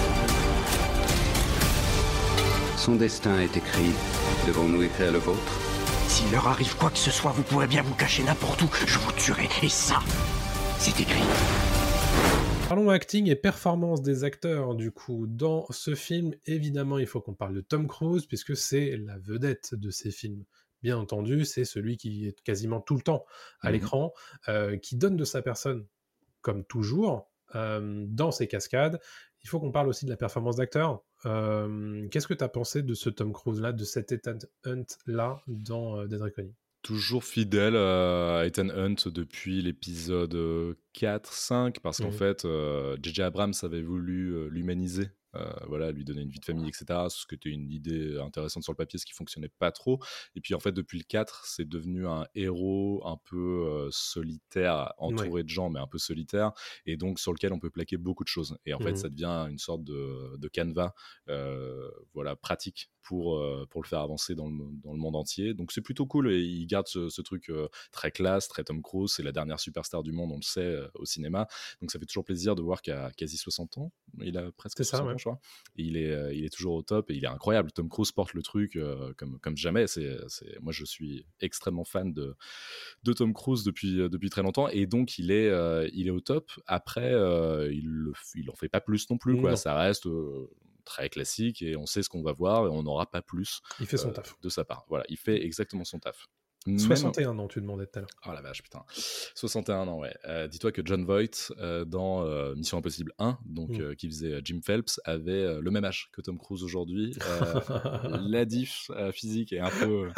Son destin est écrit. Devons-nous écrire le vôtre ? S'il leur arrive quoi que ce soit, vous pourrez bien vous cacher n'importe où. Je vous tuerai. Et ça, c'est écrit. Parlons acting et performance des acteurs, du coup. Dans ce film, évidemment, il faut qu'on parle de Tom Cruise, puisque c'est la vedette de ces films. Bien entendu, c'est celui qui est quasiment tout le temps à l'écran, qui donne de sa personne, comme toujours, dans ses cascades. Il faut qu'on parle aussi de la performance d'acteur. Qu'est-ce que tu as pensé de ce Tom Cruise-là, de cet Ethan Hunt-là dans Dead Reckoning ? Toujours fidèle à Ethan Hunt depuis l'épisode 4-5, parce qu'en fait, J.J. Abrams avait voulu l'humaniser, lui donner une vie de famille, etc. Ce qui était une idée intéressante sur le papier, ce qui fonctionnait pas trop. Et puis en fait, depuis le 4, c'est devenu un héros un peu solitaire, entouré de gens, mais un peu solitaire, et donc sur lequel on peut plaquer beaucoup de choses. Et en fait, ça devient une sorte de canevas pratique pour le faire avancer dans le monde entier. Donc c'est plutôt cool, et il garde ce truc très classe, très Tom Cruise. C'est la dernière superstar du monde, on le sait, au cinéma. Donc ça fait toujours plaisir de voir qu'à quasi 60 ans, il a presque 60 ans, je crois. Et il est toujours au top, et il est incroyable. Tom Cruise porte le truc comme jamais. Moi, je suis extrêmement fan de Tom Cruise depuis très longtemps, et donc il est au top. Après, il en fait pas plus non plus, quoi. Ça reste très classique, et on sait ce qu'on va voir, et on n'aura pas plus il fait son taf de sa part. Voilà, il fait exactement son taf. Même... 61 ans, tu demandais tout à l'heure. Oh la vache, putain. 61 ans, ouais. Dis-toi que Jon Voight, dans Mission Impossible 1, donc, qui faisait Jim Phelps, avait le même âge que Tom Cruise aujourd'hui. La diff physique est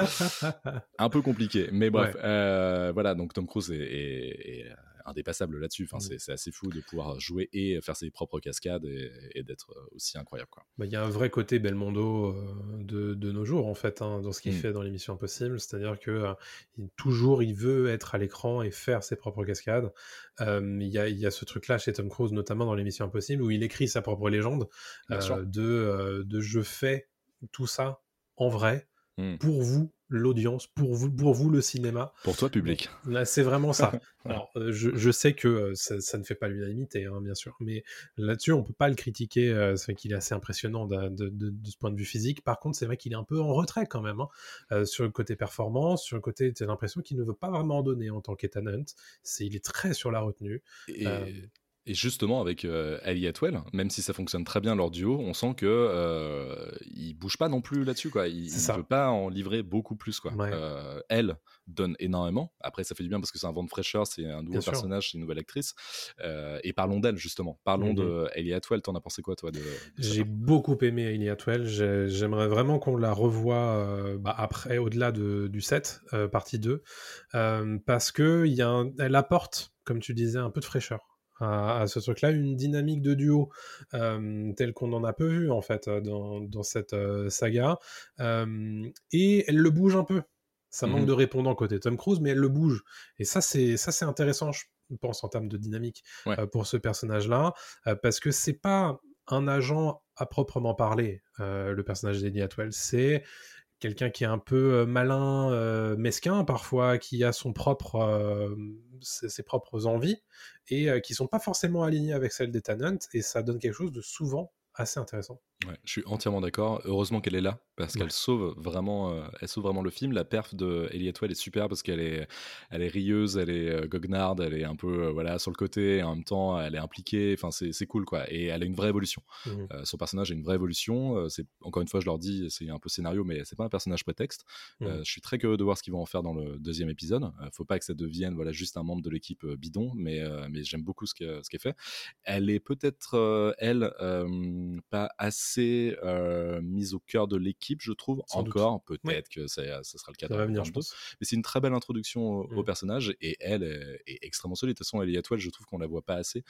un peu compliquée. Mais bref, voilà, donc Tom Cruise est indépassable là-dessus. Enfin, c'est assez fou de pouvoir jouer et faire ses propres cascades et d'être aussi incroyable, quoi. Il y a un vrai côté Belmondo de nos jours, en fait, hein, dans ce qu'il fait dans les Missions Impossibles. C'est-à-dire que il veut être à l'écran et faire ses propres cascades. Il y a ce truc-là chez Tom Cruise, notamment dans les Missions Impossibles, où il écrit sa propre légende de je fais tout ça en vrai pour vous, l'audience, pour vous le cinéma. Pour toi, public. Là, c'est vraiment ça. Alors, je sais que ça ne fait pas l'unanimité, hein, bien sûr, mais là-dessus, on peut pas le critiquer. C'est vrai qu'il est assez impressionnant de ce point de vue physique. Par contre, c'est vrai qu'il est un peu en retrait quand même, hein, sur le côté performance, sur le côté, t'as l'impression qu'il ne veut pas vraiment en donner en tant qu'Ethan Hunt. Il est très sur la retenue. Et justement, avec Ellie Atwell, même si ça fonctionne très bien leur duo, on sent que il bouge pas non plus là-dessus, quoi. Il ne veut pas en livrer beaucoup plus, quoi. Ouais. Elle donne énormément. Après, ça fait du bien parce que c'est un vent de fraîcheur, c'est un nouveau personnage, c'est une nouvelle actrice. Et parlons d'elle, justement. Parlons de Ellie Atwell. T'en as pensé quoi, toi, de J'ai beaucoup aimé Ellie Atwell. J'aimerais vraiment qu'on la revoie après, au-delà du 7, partie 2, parce que elle apporte, comme tu disais, un peu de fraîcheur à ce truc-là, une dynamique de duo telle qu'on en a peu vu, en fait, dans cette saga. Et elle le bouge un peu. Ça manque de répondant côté Tom Cruise, mais elle le bouge. Et ça, c'est intéressant, je pense, en termes de dynamique pour ce personnage-là, parce que c'est pas un agent à proprement parler, le personnage d'Ellie Atwell. C'est quelqu'un qui est un peu malin, mesquin parfois, qui a ses propres envies et qui sont pas forcément alignées avec celles d'Ethan Hunt, et ça donne quelque chose de souvent assez intéressant. Ouais, je suis entièrement d'accord. Heureusement qu'elle est là, parce qu'elle sauve vraiment le film. La perf de Ellie Atwell est super parce qu'elle est rieuse, elle est goguenarde, elle est un peu sur le côté, et en même temps elle est impliquée. Enfin, c'est cool, quoi. Et elle a une vraie évolution. Son personnage a une vraie évolution. C'est, encore une fois, je leur dis, c'est un peu scénario, mais c'est pas un personnage prétexte. Je suis très curieux de voir ce qu'ils vont en faire dans le deuxième épisode. Faut pas que ça devienne juste un membre de l'équipe bidon, mais j'aime beaucoup ce qu'elle fait. Elle est peut-être pas assez mise au cœur de l'équipe, je trouve. Sans encore doute. Peut-être que ça sera le cas dans venir, je pense. Mais c'est une très belle introduction au personnage, et elle est extrêmement solide. De toute façon, Ellie Atwell, je trouve qu'on la voit pas assez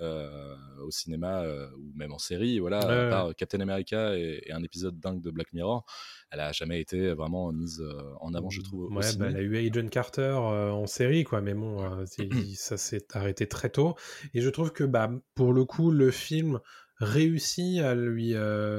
au cinéma ou même en série, à part Captain America et un épisode dingue de Black Mirror. Elle a jamais été vraiment mise en avant, je trouve. Elle a eu Agent Carter en série, quoi, mais bon, ça s'est arrêté très tôt. Et je trouve que pour le coup, le film réussit à lui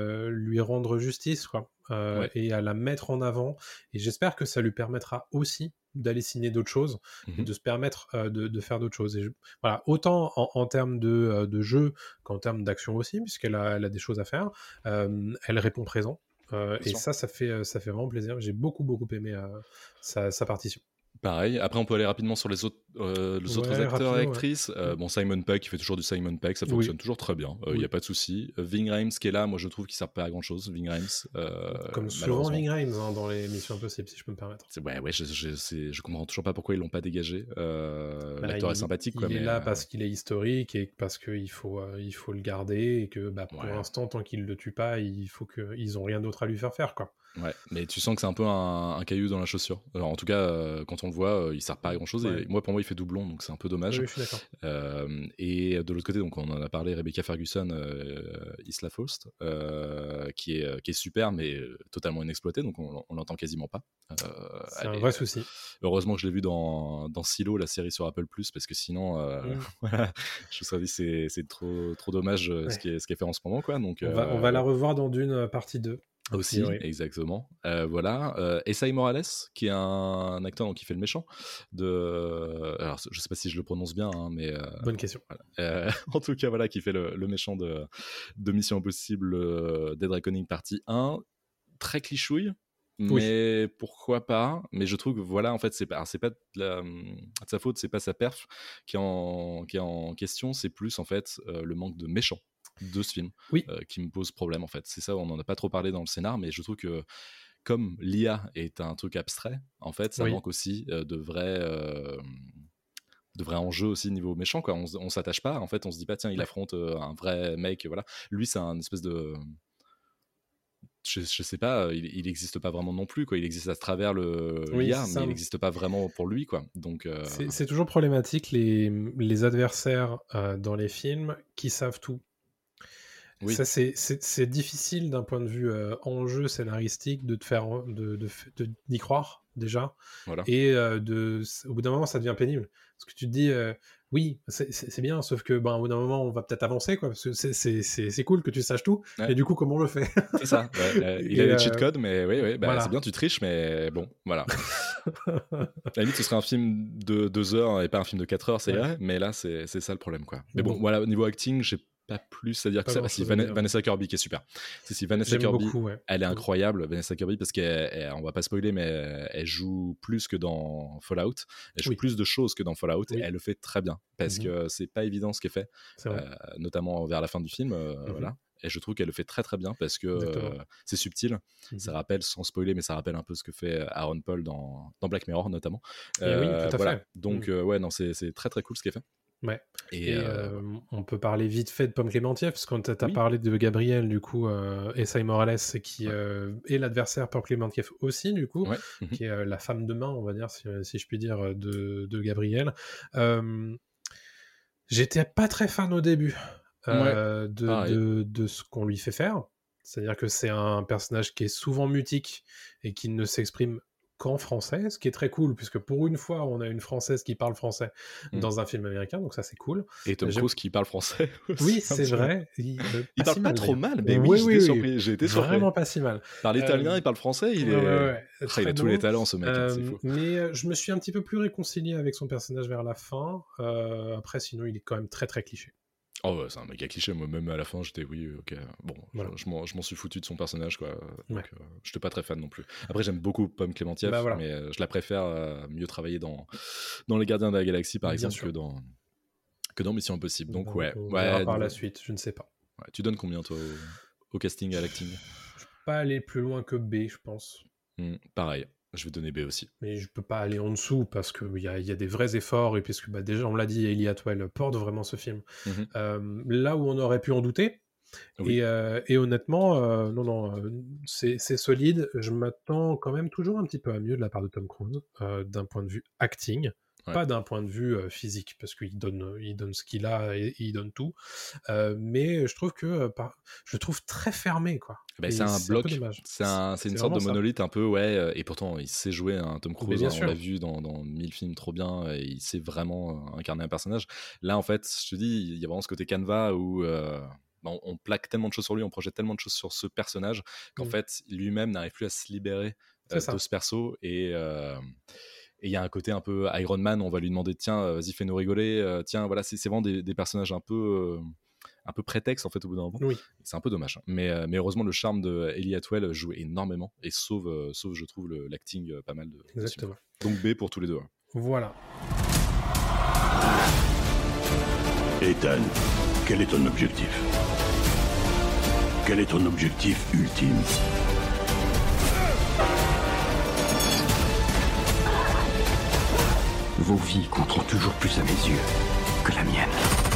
rendre justice, quoi, et à la mettre en avant. Et j'espère que ça lui permettra aussi d'aller signer d'autres choses et de se permettre de faire d'autres choses. Et voilà, autant en termes de jeu qu'en termes d'action aussi, puisqu'elle a des choses à faire. Elle répond présent. Et ça fait vraiment plaisir. J'ai beaucoup aimé sa partition. Pareil. Après, on peut aller rapidement sur les autres acteurs et actrices. Simon Pegg, qui fait toujours du Simon Pegg, ça fonctionne toujours très bien. Il n'y a pas de souci. Ving Rhames, qui est là, moi je trouve qu'il ne sert pas à grand chose. Ving Rhames. Comme souvent Ving Rhames dans les Missions Impossibles, si je peux me permettre. Je comprends toujours pas pourquoi ils l'ont pas dégagé. L'acteur est sympathique. Il est là parce qu'il est historique et parce qu'il faut le garder, et que pour l'instant, tant qu'il le tue pas, ils ont rien d'autre à lui faire, quoi. Ouais, mais tu sens que c'est un peu un caillou dans la chaussure. Alors, en tout cas, quand on le voit, il sert pas à grand chose. Et pour moi, il fait doublon, donc c'est un peu dommage. Oui, je suis d'accord. Et de l'autre côté, donc on en a parlé, Rebecca Ferguson, Isla Faust, qui est super, mais totalement inexploitée, donc on l'entend quasiment pas. C'est un vrai souci. Heureusement que je l'ai vu dans Silo, la série sur Apple+, parce que sinon, je me serais dit c'est trop dommage ce qui est fait en ce moment, quoi. Donc on va la revoir dans Dune partie 2. Aussi, exactement. Esai Morales, qui est un acteur qui fait le méchant alors, je sais pas si je le prononce bien, mais bonne question. En tout cas, qui fait le méchant de Mission Impossible Dead Reckoning partie 1. Très clichouille, mais pourquoi pas. Mais je trouve que en fait, c'est pas de sa faute, c'est pas sa perf qui est en question, c'est plus en fait le manque de méchant de ce film qui me pose problème, en fait. C'est ça, on n'en a pas trop parlé dans le scénar, mais je trouve que comme l'IA est un truc abstrait, en fait, ça Oui. manque aussi de vrais enjeux aussi niveau méchant, quoi. On s'attache pas, en fait, on se dit pas, tiens, il affronte un vrai mec, voilà. Lui, c'est un espèce de... Je sais pas, il existe pas vraiment non plus, quoi. Il existe à travers Oui, l'IA, c'est mais ça. il n'existe pas vraiment pour lui, quoi. Donc, C'est toujours problématique, les adversaires dans les films qui savent tout. oui. Ça, c'est difficile d'un point de vue enjeu scénaristique de te faire d'y croire déjà, Voilà. et au bout d'un moment ça devient pénible parce que tu te dis oui c'est bien, sauf que au bout d'un moment on va peut-être avancer, quoi, parce que c'est cool que tu saches tout, Ouais. et du coup comment on le fait? C'est ça. Ouais, il Et, a les cheat codes, mais oui, voilà. c'est bien, tu triches, mais bon, voilà. À la limite, ce serait un film de 2 heures et pas un film de 4 heures, c'est Ouais. vrai, mais là, c'est ça le problème, quoi. Mais Bon. bon, voilà, au niveau acting, j'ai pas plus à dire Pas que ça. grand-chose Si, à dire. Vanessa Kirby qui est super. Si, Vanessa J'aime Kirby, beaucoup, ouais. elle est incroyable, Vanessa Kirby, parce qu'on va pas spoiler, mais elle joue plus que dans Fallout. Elle joue Oui. plus de choses que dans Fallout, Oui. et elle le fait très bien, parce que c'est pas évident ce qu'elle fait, C'est vrai. notamment vers la fin du film, voilà. Et je trouve qu'elle le fait très très bien, parce que Exactement. c'est subtil. Ça rappelle, sans spoiler, mais ça rappelle un peu ce que fait Aaron Paul dans Black Mirror notamment. Et oui, tout à voilà. fait. Donc ouais, non, c'est très très cool ce qu'elle fait. Ouais. Et On peut parler vite fait de Pomme Clémentief, parce qu'on t'a Oui. parlé de Gabriel, du coup, Essay Morales, qui est l'adversaire Pomme Clémentief aussi, du coup, ouais. qui est la femme de main, on va dire, si je puis dire, de Gabriel. J'étais pas très fan au début pareil. de ce qu'on lui fait faire. C'est-à-dire que c'est un personnage qui est souvent mutique et qui ne s'exprime qu'en français, ce qui est très cool, puisque pour une fois, on a une Française qui parle français dans un film américain, donc ça, c'est cool. Et Tom Cruise qui parle français aussi. Oui, c'est vrai. Il pas parle si pas mal, trop d'ailleurs. mal, mais Oui, oui, oui, surpris. J'ai été surpris. Vraiment pas si mal. Il parle italien, il parle français, il est... Ouais, Après, il a tous les talents, ce mec, c'est fou. Mais je me suis un petit peu plus réconcilié avec son personnage vers la fin. Après, sinon, il est quand même très très cliché. Oh ouais, c'est un méga cliché. Moi, même à la fin, j'étais oui, ok. Bon, Voilà. je m'en suis foutu de son personnage, quoi. Donc, Ouais. j'étais pas très fan non plus. Après, j'aime beaucoup Pomme Clémentief, Bah, voilà. mais je la préfère mieux travailler dans Les Gardiens de la Galaxie, par Bien exemple, sûr. que dans Mission Impossible. Donc, ouais. On verra par niveau- la suite, je ne sais pas. ouais. Tu donnes combien, toi, au casting et à l'acting? Je peux pas aller plus loin que B, je pense. Pareil. Je vais donner B aussi. Mais je peux pas aller en dessous, parce qu'il y a des vrais efforts, et puisque déjà, on l'a dit, Ellie Atwell porte vraiment ce film. Là où on aurait pu en douter, Oui. et honnêtement, non, c'est solide. Je m'attends quand même toujours un petit peu à mieux de la part de Tom Cruise, d'un point de vue acting, pas d'un point de vue physique, parce qu'il donne ce qu'il a, et il donne tout. Mais je trouve que je le trouve très fermé, quoi. Ben, Et c'est un bloc, peu dommage. c'est une sorte vraiment de ça. monolithe un peu, ouais, et pourtant il sait jouer un Tom Cruise, bien on sûr. l'a vu dans 1000 films trop bien, et il sait vraiment incarner un personnage. Là, en fait, je te dis, il y a vraiment ce côté canevas où on plaque tellement de choses sur lui, on projette tellement de choses sur ce personnage qu'en fait, lui-même n'arrive plus à se libérer C'est ça. de ce perso, et il y a un côté un peu Iron Man, on va lui demander, tiens, vas-y, fais-nous rigoler, tiens, voilà, c'est vraiment des personnages un peu prétexte, en fait, au bout d'un moment. Oui. C'est un peu dommage. Mais heureusement, le charme de Ellie Atwell joue énormément et sauve, je trouve, l'acting pas mal de Exactement. donc B pour tous les deux. Voilà. Ethan, quel est ton objectif? Quel est ton objectif ultime? Vos vies compteront toujours plus à mes yeux que la mienne.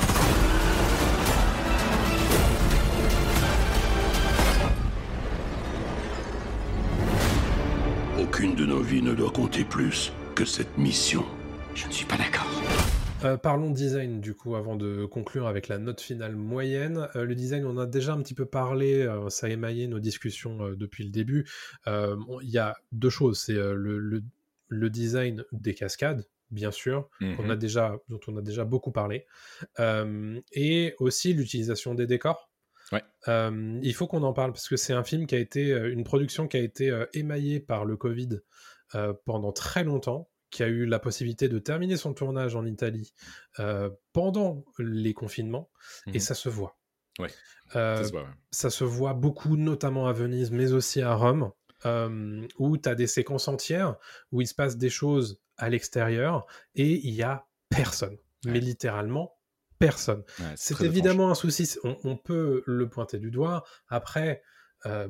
Aucune de nos vies ne doit compter plus que cette mission. Je ne suis pas d'accord. Parlons design, du coup, avant de conclure avec la note finale moyenne. Le design, on a déjà un petit peu parlé, ça a émaillé nos discussions depuis le début. Il y a deux choses, c'est le design des cascades, bien sûr, dont on a déjà beaucoup parlé, et aussi l'utilisation des décors. Ouais. Il faut qu'on en parle, parce que c'est un film qui a été, une production qui a été émaillée par le Covid pendant très longtemps, qui a eu la possibilité de terminer son tournage en Italie pendant les confinements, et ça se voit. Ouais. Ça se voit beaucoup, notamment à Venise, mais aussi à Rome, où tu as des séquences entières, où il se passe des choses à l'extérieur, et il n'y a personne. Mais littéralement, personne. Ouais, c'est évidemment un souci, on peut le pointer du doigt. Après, bon,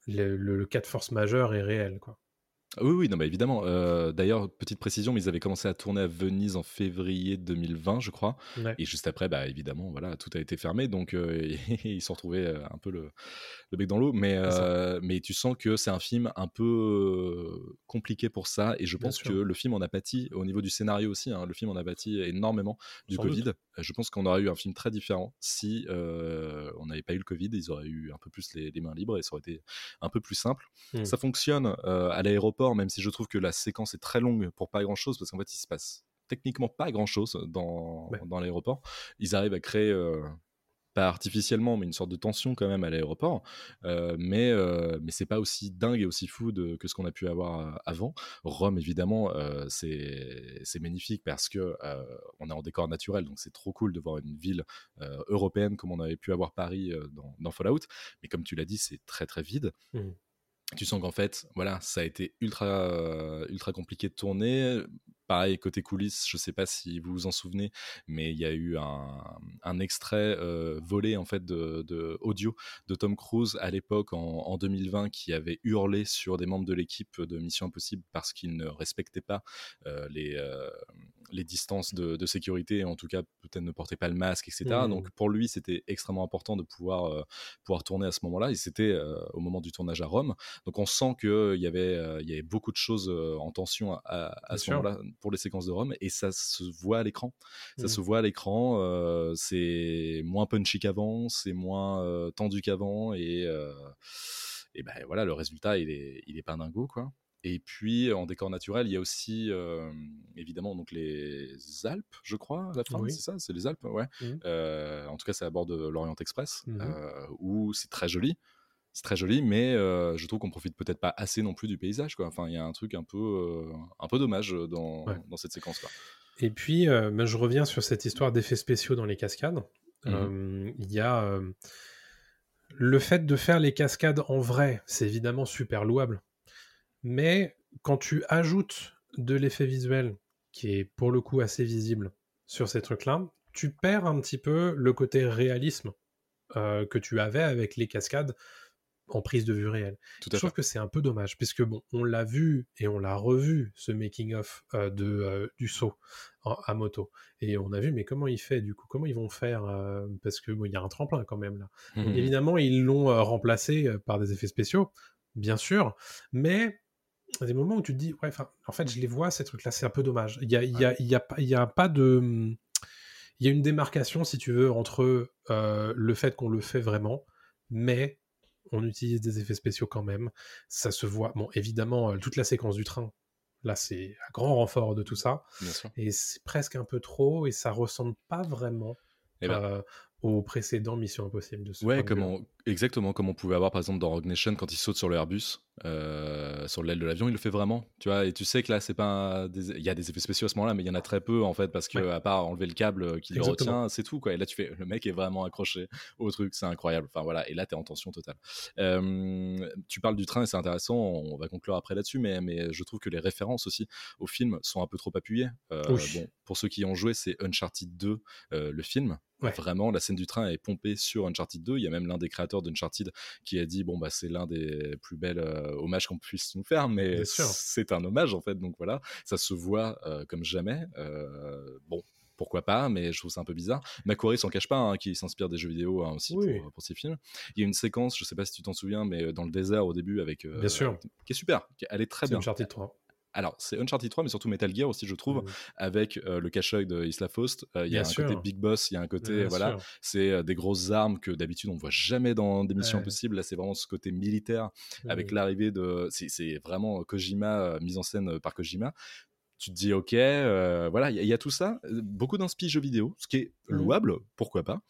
le cas de force majeure est réel, quoi. Oui, non, bah évidemment. D'ailleurs, petite précision, mais ils avaient commencé à tourner à Venise en février 2020, je crois. Ouais. Et juste après, bah évidemment, voilà, tout a été fermé, donc ils se sont retrouvés un peu le bec dans l'eau. Mais tu sens que c'est un film un peu compliqué pour ça, et je Bien pense sûr. que le film en a pâti au niveau du scénario aussi. Le film en a pâti énormément du Sans Covid. doute. Je pense qu'on aurait eu un film très différent si on n'avait pas eu le Covid. Ils auraient eu un peu plus les mains libres et ça aurait été un peu plus simple. Ça fonctionne à l'aéroport, même si je trouve que la séquence est très longue pour pas grand chose, parce qu'en fait il se passe techniquement pas grand chose dans l'aéroport. Ils arrivent à créer pas artificiellement, mais une sorte de tension quand même à l'aéroport, mais c'est pas aussi dingue et aussi fou que ce qu'on a pu avoir avant. Rome, évidemment, c'est magnifique parce que on est en décor naturel, donc c'est trop cool de voir une ville européenne comme on avait pu avoir Paris dans Fallout, mais comme tu l'as dit, c'est très très vide. Tu sens qu'en fait, voilà, ça a été ultra compliqué de tourner. Pareil, côté coulisses, je sais pas si vous vous en souvenez, mais il y a eu un extrait volé en fait de audio de Tom Cruise à l'époque en 2020 qui avait hurlé sur des membres de l'équipe de Mission Impossible parce qu'ils ne respectaient pas les distances de sécurité, et en tout cas peut-être ne portaient pas le masque, etc. Donc pour lui, c'était extrêmement important de pouvoir tourner à ce moment-là, et c'était au moment du tournage à Rome. Donc on sent qu'il y avait beaucoup de choses en tension à ce moment-là pour les séquences de Rome, et ça se voit à l'écran. Ça se voit à l'écran, c'est moins punchy qu'avant, c'est moins tendu qu'avant, et ben voilà, le résultat, il est pas dingo, quoi. Et puis en décor naturel, il y a aussi évidemment donc les Alpes, je crois, à la fin, c'est ça, c'est les Alpes, ouais. En tout cas, c'est à bord de l'Orient Express, où c'est très joli. C'est très joli, mais je trouve qu'on profite peut-être pas assez non plus du paysage, quoi. Enfin, il y a un truc un peu dommage dans cette séquence-là. Et puis, je reviens sur cette histoire d'effets spéciaux dans les cascades. Il y a le fait de faire les cascades en vrai, c'est évidemment super louable. Mais quand tu ajoutes de l'effet visuel, qui est pour le coup assez visible sur ces trucs-là, tu perds un petit peu le côté réalisme que tu avais avec les cascades en prise de vue réelle. Je trouve que c'est un peu dommage, puisque bon, on l'a vu et on l'a revu, ce making-of du saut à moto. Et on a vu, mais comment il fait du coup ? Comment ils vont faire parce que il y a un tremplin quand même là. Donc, évidemment, ils l'ont remplacé par des effets spéciaux, bien sûr, mais à des moments où tu te dis, en fait, je les vois, ces trucs-là, c'est un peu dommage. Il y a pas de... Il y a une démarcation, si tu veux, entre le fait qu'on le fait vraiment, mais on utilise des effets spéciaux quand même. Ça se voit. Bon, évidemment, toute la séquence du train, là, c'est un grand renfort de tout ça. Bien sûr. Et c'est presque un peu trop, et ça ressemble pas vraiment aux précédents Mission Impossible de ce point de vue. Exactement comme on pouvait avoir par exemple dans Rogue Nation quand il saute sur le Airbus, sur l'aile de l'avion, il le fait vraiment, tu vois, et tu sais que là c'est pas il y a des effets spéciaux à ce moment-là, mais il y en a très peu en fait, parce que à part enlever le câble qui le retient, c'est tout, quoi. Et là tu fais, le mec est vraiment accroché au truc, c'est incroyable, enfin voilà, et là t'es en tension totale. Tu parles du train et c'est intéressant, on va conclure après là-dessus, mais je trouve que les références aussi au film sont un peu trop appuyées. Bon, pour ceux qui ont joué, c'est Uncharted 2 le film. Vraiment, la scène du train est pompée sur Uncharted 2. Il y a même l'un des créateurs d'Uncharted qui a dit, bon, bah, c'est l'un des plus belles hommages qu'on puisse nous faire, mais c'est un hommage, en fait. Donc voilà, ça se voit comme jamais. Bon, pourquoi pas, mais je trouve ça un peu bizarre. Macquarie s'en cache pas, qui s'inspire des jeux vidéo aussi pour ses films. Il y a une séquence, je sais pas si tu t'en souviens, mais dans le désert au début, avec bien sûr, qui est super, elle est très bien. Uncharted 3. Alors, c'est Uncharted 3, mais surtout Metal Gear aussi, je trouve, avec le cache-œil de Isla Faust. Il y a un côté Big Boss, il y a un côté, voilà, c'est des grosses armes que d'habitude on ne voit jamais dans des missions impossibles. Là, c'est vraiment ce côté militaire, avec l'arrivée de... C'est vraiment Kojima, mise en scène par Kojima. Tu te dis, ok, voilà, il y a tout ça, beaucoup d'inspi jeux vidéo, ce qui est louable, pourquoi pas.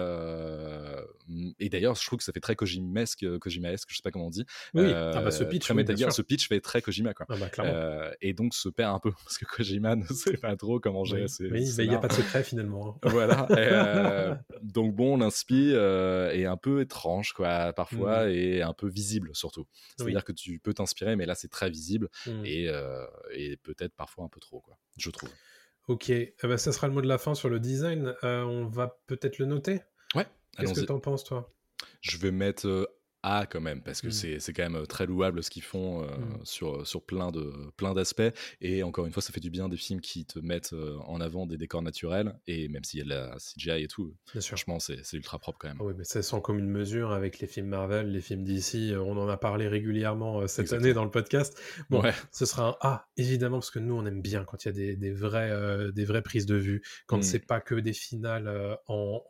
Et d'ailleurs, je trouve que ça fait très Kojimesque, je sais pas comment on dit. Ce pitch, ce pitch fait très Kojima, quoi. Et donc se perd un peu parce que Kojima ne sait pas trop comment gérer ses. Oui, mais il n'y a pas de secret finalement. Voilà. Donc bon, l'inspi est un peu étrange, quoi, parfois, et un peu visible surtout. C'est-à-dire que tu peux t'inspirer, mais là c'est très visible et peut-être parfois un peu trop, quoi, je trouve. Ok, ça sera le mot de la fin sur le design. On va peut-être le noter. Ouais. Qu'est-ce que t'en penses, toi ? Je vais mettre A quand même, parce que c'est quand même très louable ce qu'ils font sur plein d'aspects. Et encore une fois, ça fait du bien des films qui te mettent en avant des décors naturels, et même s'il y a de la CGI et tout, franchement, c'est ultra propre quand même. Oui, mais c'est sans commune mesure avec les films Marvel, les films DC, on en a parlé régulièrement cette année dans le podcast. Bon, ce sera un A, évidemment, parce que nous, on aime bien quand il y a des vraies prises de vue, quand c'est pas que des finales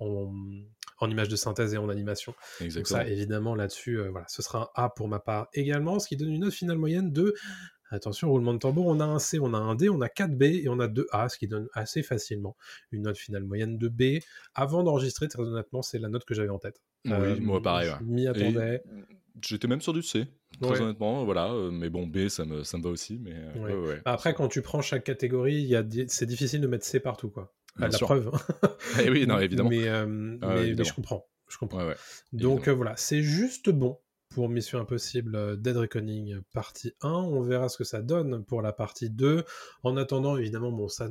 en images de synthèse et en animation. Exactement. Donc ça, évidemment, là-dessus, voilà, ce sera un A pour ma part également, ce qui donne une note finale moyenne de... Attention, roulement de tambour, on a un C, on a un D, on a 4 B et on a 2 A, ce qui donne assez facilement une note finale moyenne de B. Avant d'enregistrer, très honnêtement, c'est la note que j'avais en tête. Oui, moi pareil. Je m'y attendais. J'étais même sur du C, très honnêtement, voilà. Mais bon, B, ça me va aussi. Mais, Après, quand tu prends chaque catégorie, c'est difficile de mettre C partout, quoi. La preuve. Et oui, non, évidemment. Mais je comprends. Ouais, donc voilà, c'est juste bon pour Mission Impossible Dead Reckoning partie 1. On verra ce que ça donne pour la partie 2. En attendant, évidemment, bon, ça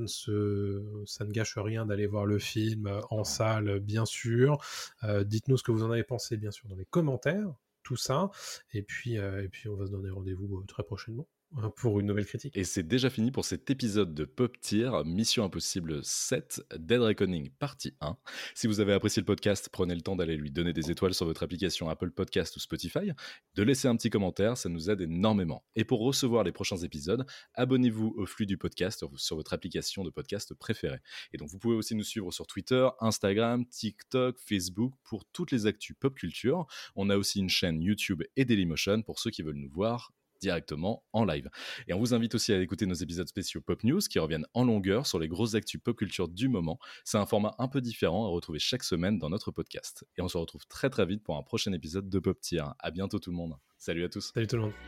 ne gâche rien d'aller voir le film en salle, bien sûr. Dites-nous ce que vous en avez pensé, bien sûr, dans les commentaires, tout ça. Et puis on va se donner rendez-vous très prochainement pour une nouvelle critique. Et c'est déjà fini pour cet épisode de Pop Tier, Mission Impossible 7, Dead Reckoning partie 1. Si vous avez apprécié le podcast, prenez le temps d'aller lui donner des étoiles sur votre application Apple Podcast ou Spotify, de laisser un petit commentaire, ça nous aide énormément. Et pour recevoir les prochains épisodes, abonnez-vous au flux du podcast sur votre application de podcast préférée. Et donc vous pouvez aussi nous suivre sur Twitter, Instagram, TikTok, Facebook pour toutes les actus pop culture. On a aussi une chaîne YouTube et Dailymotion pour ceux qui veulent nous voir directement en live. Et on vous invite aussi à écouter nos épisodes spéciaux Pop News qui reviennent en longueur sur les grosses actus pop culture du moment. C'est un format un peu différent à retrouver chaque semaine dans notre podcast. Et on se retrouve très très vite pour un prochain épisode de Pop Tier. À bientôt tout le monde. Salut à tous. Salut tout le monde.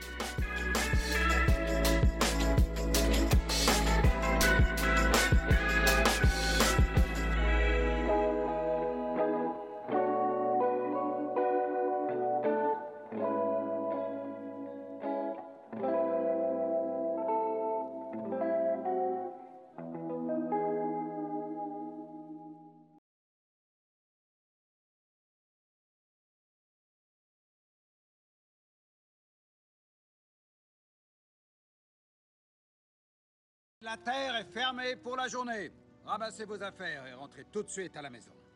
La terre est fermée pour la journée. Ramassez vos affaires et rentrez tout de suite à la maison.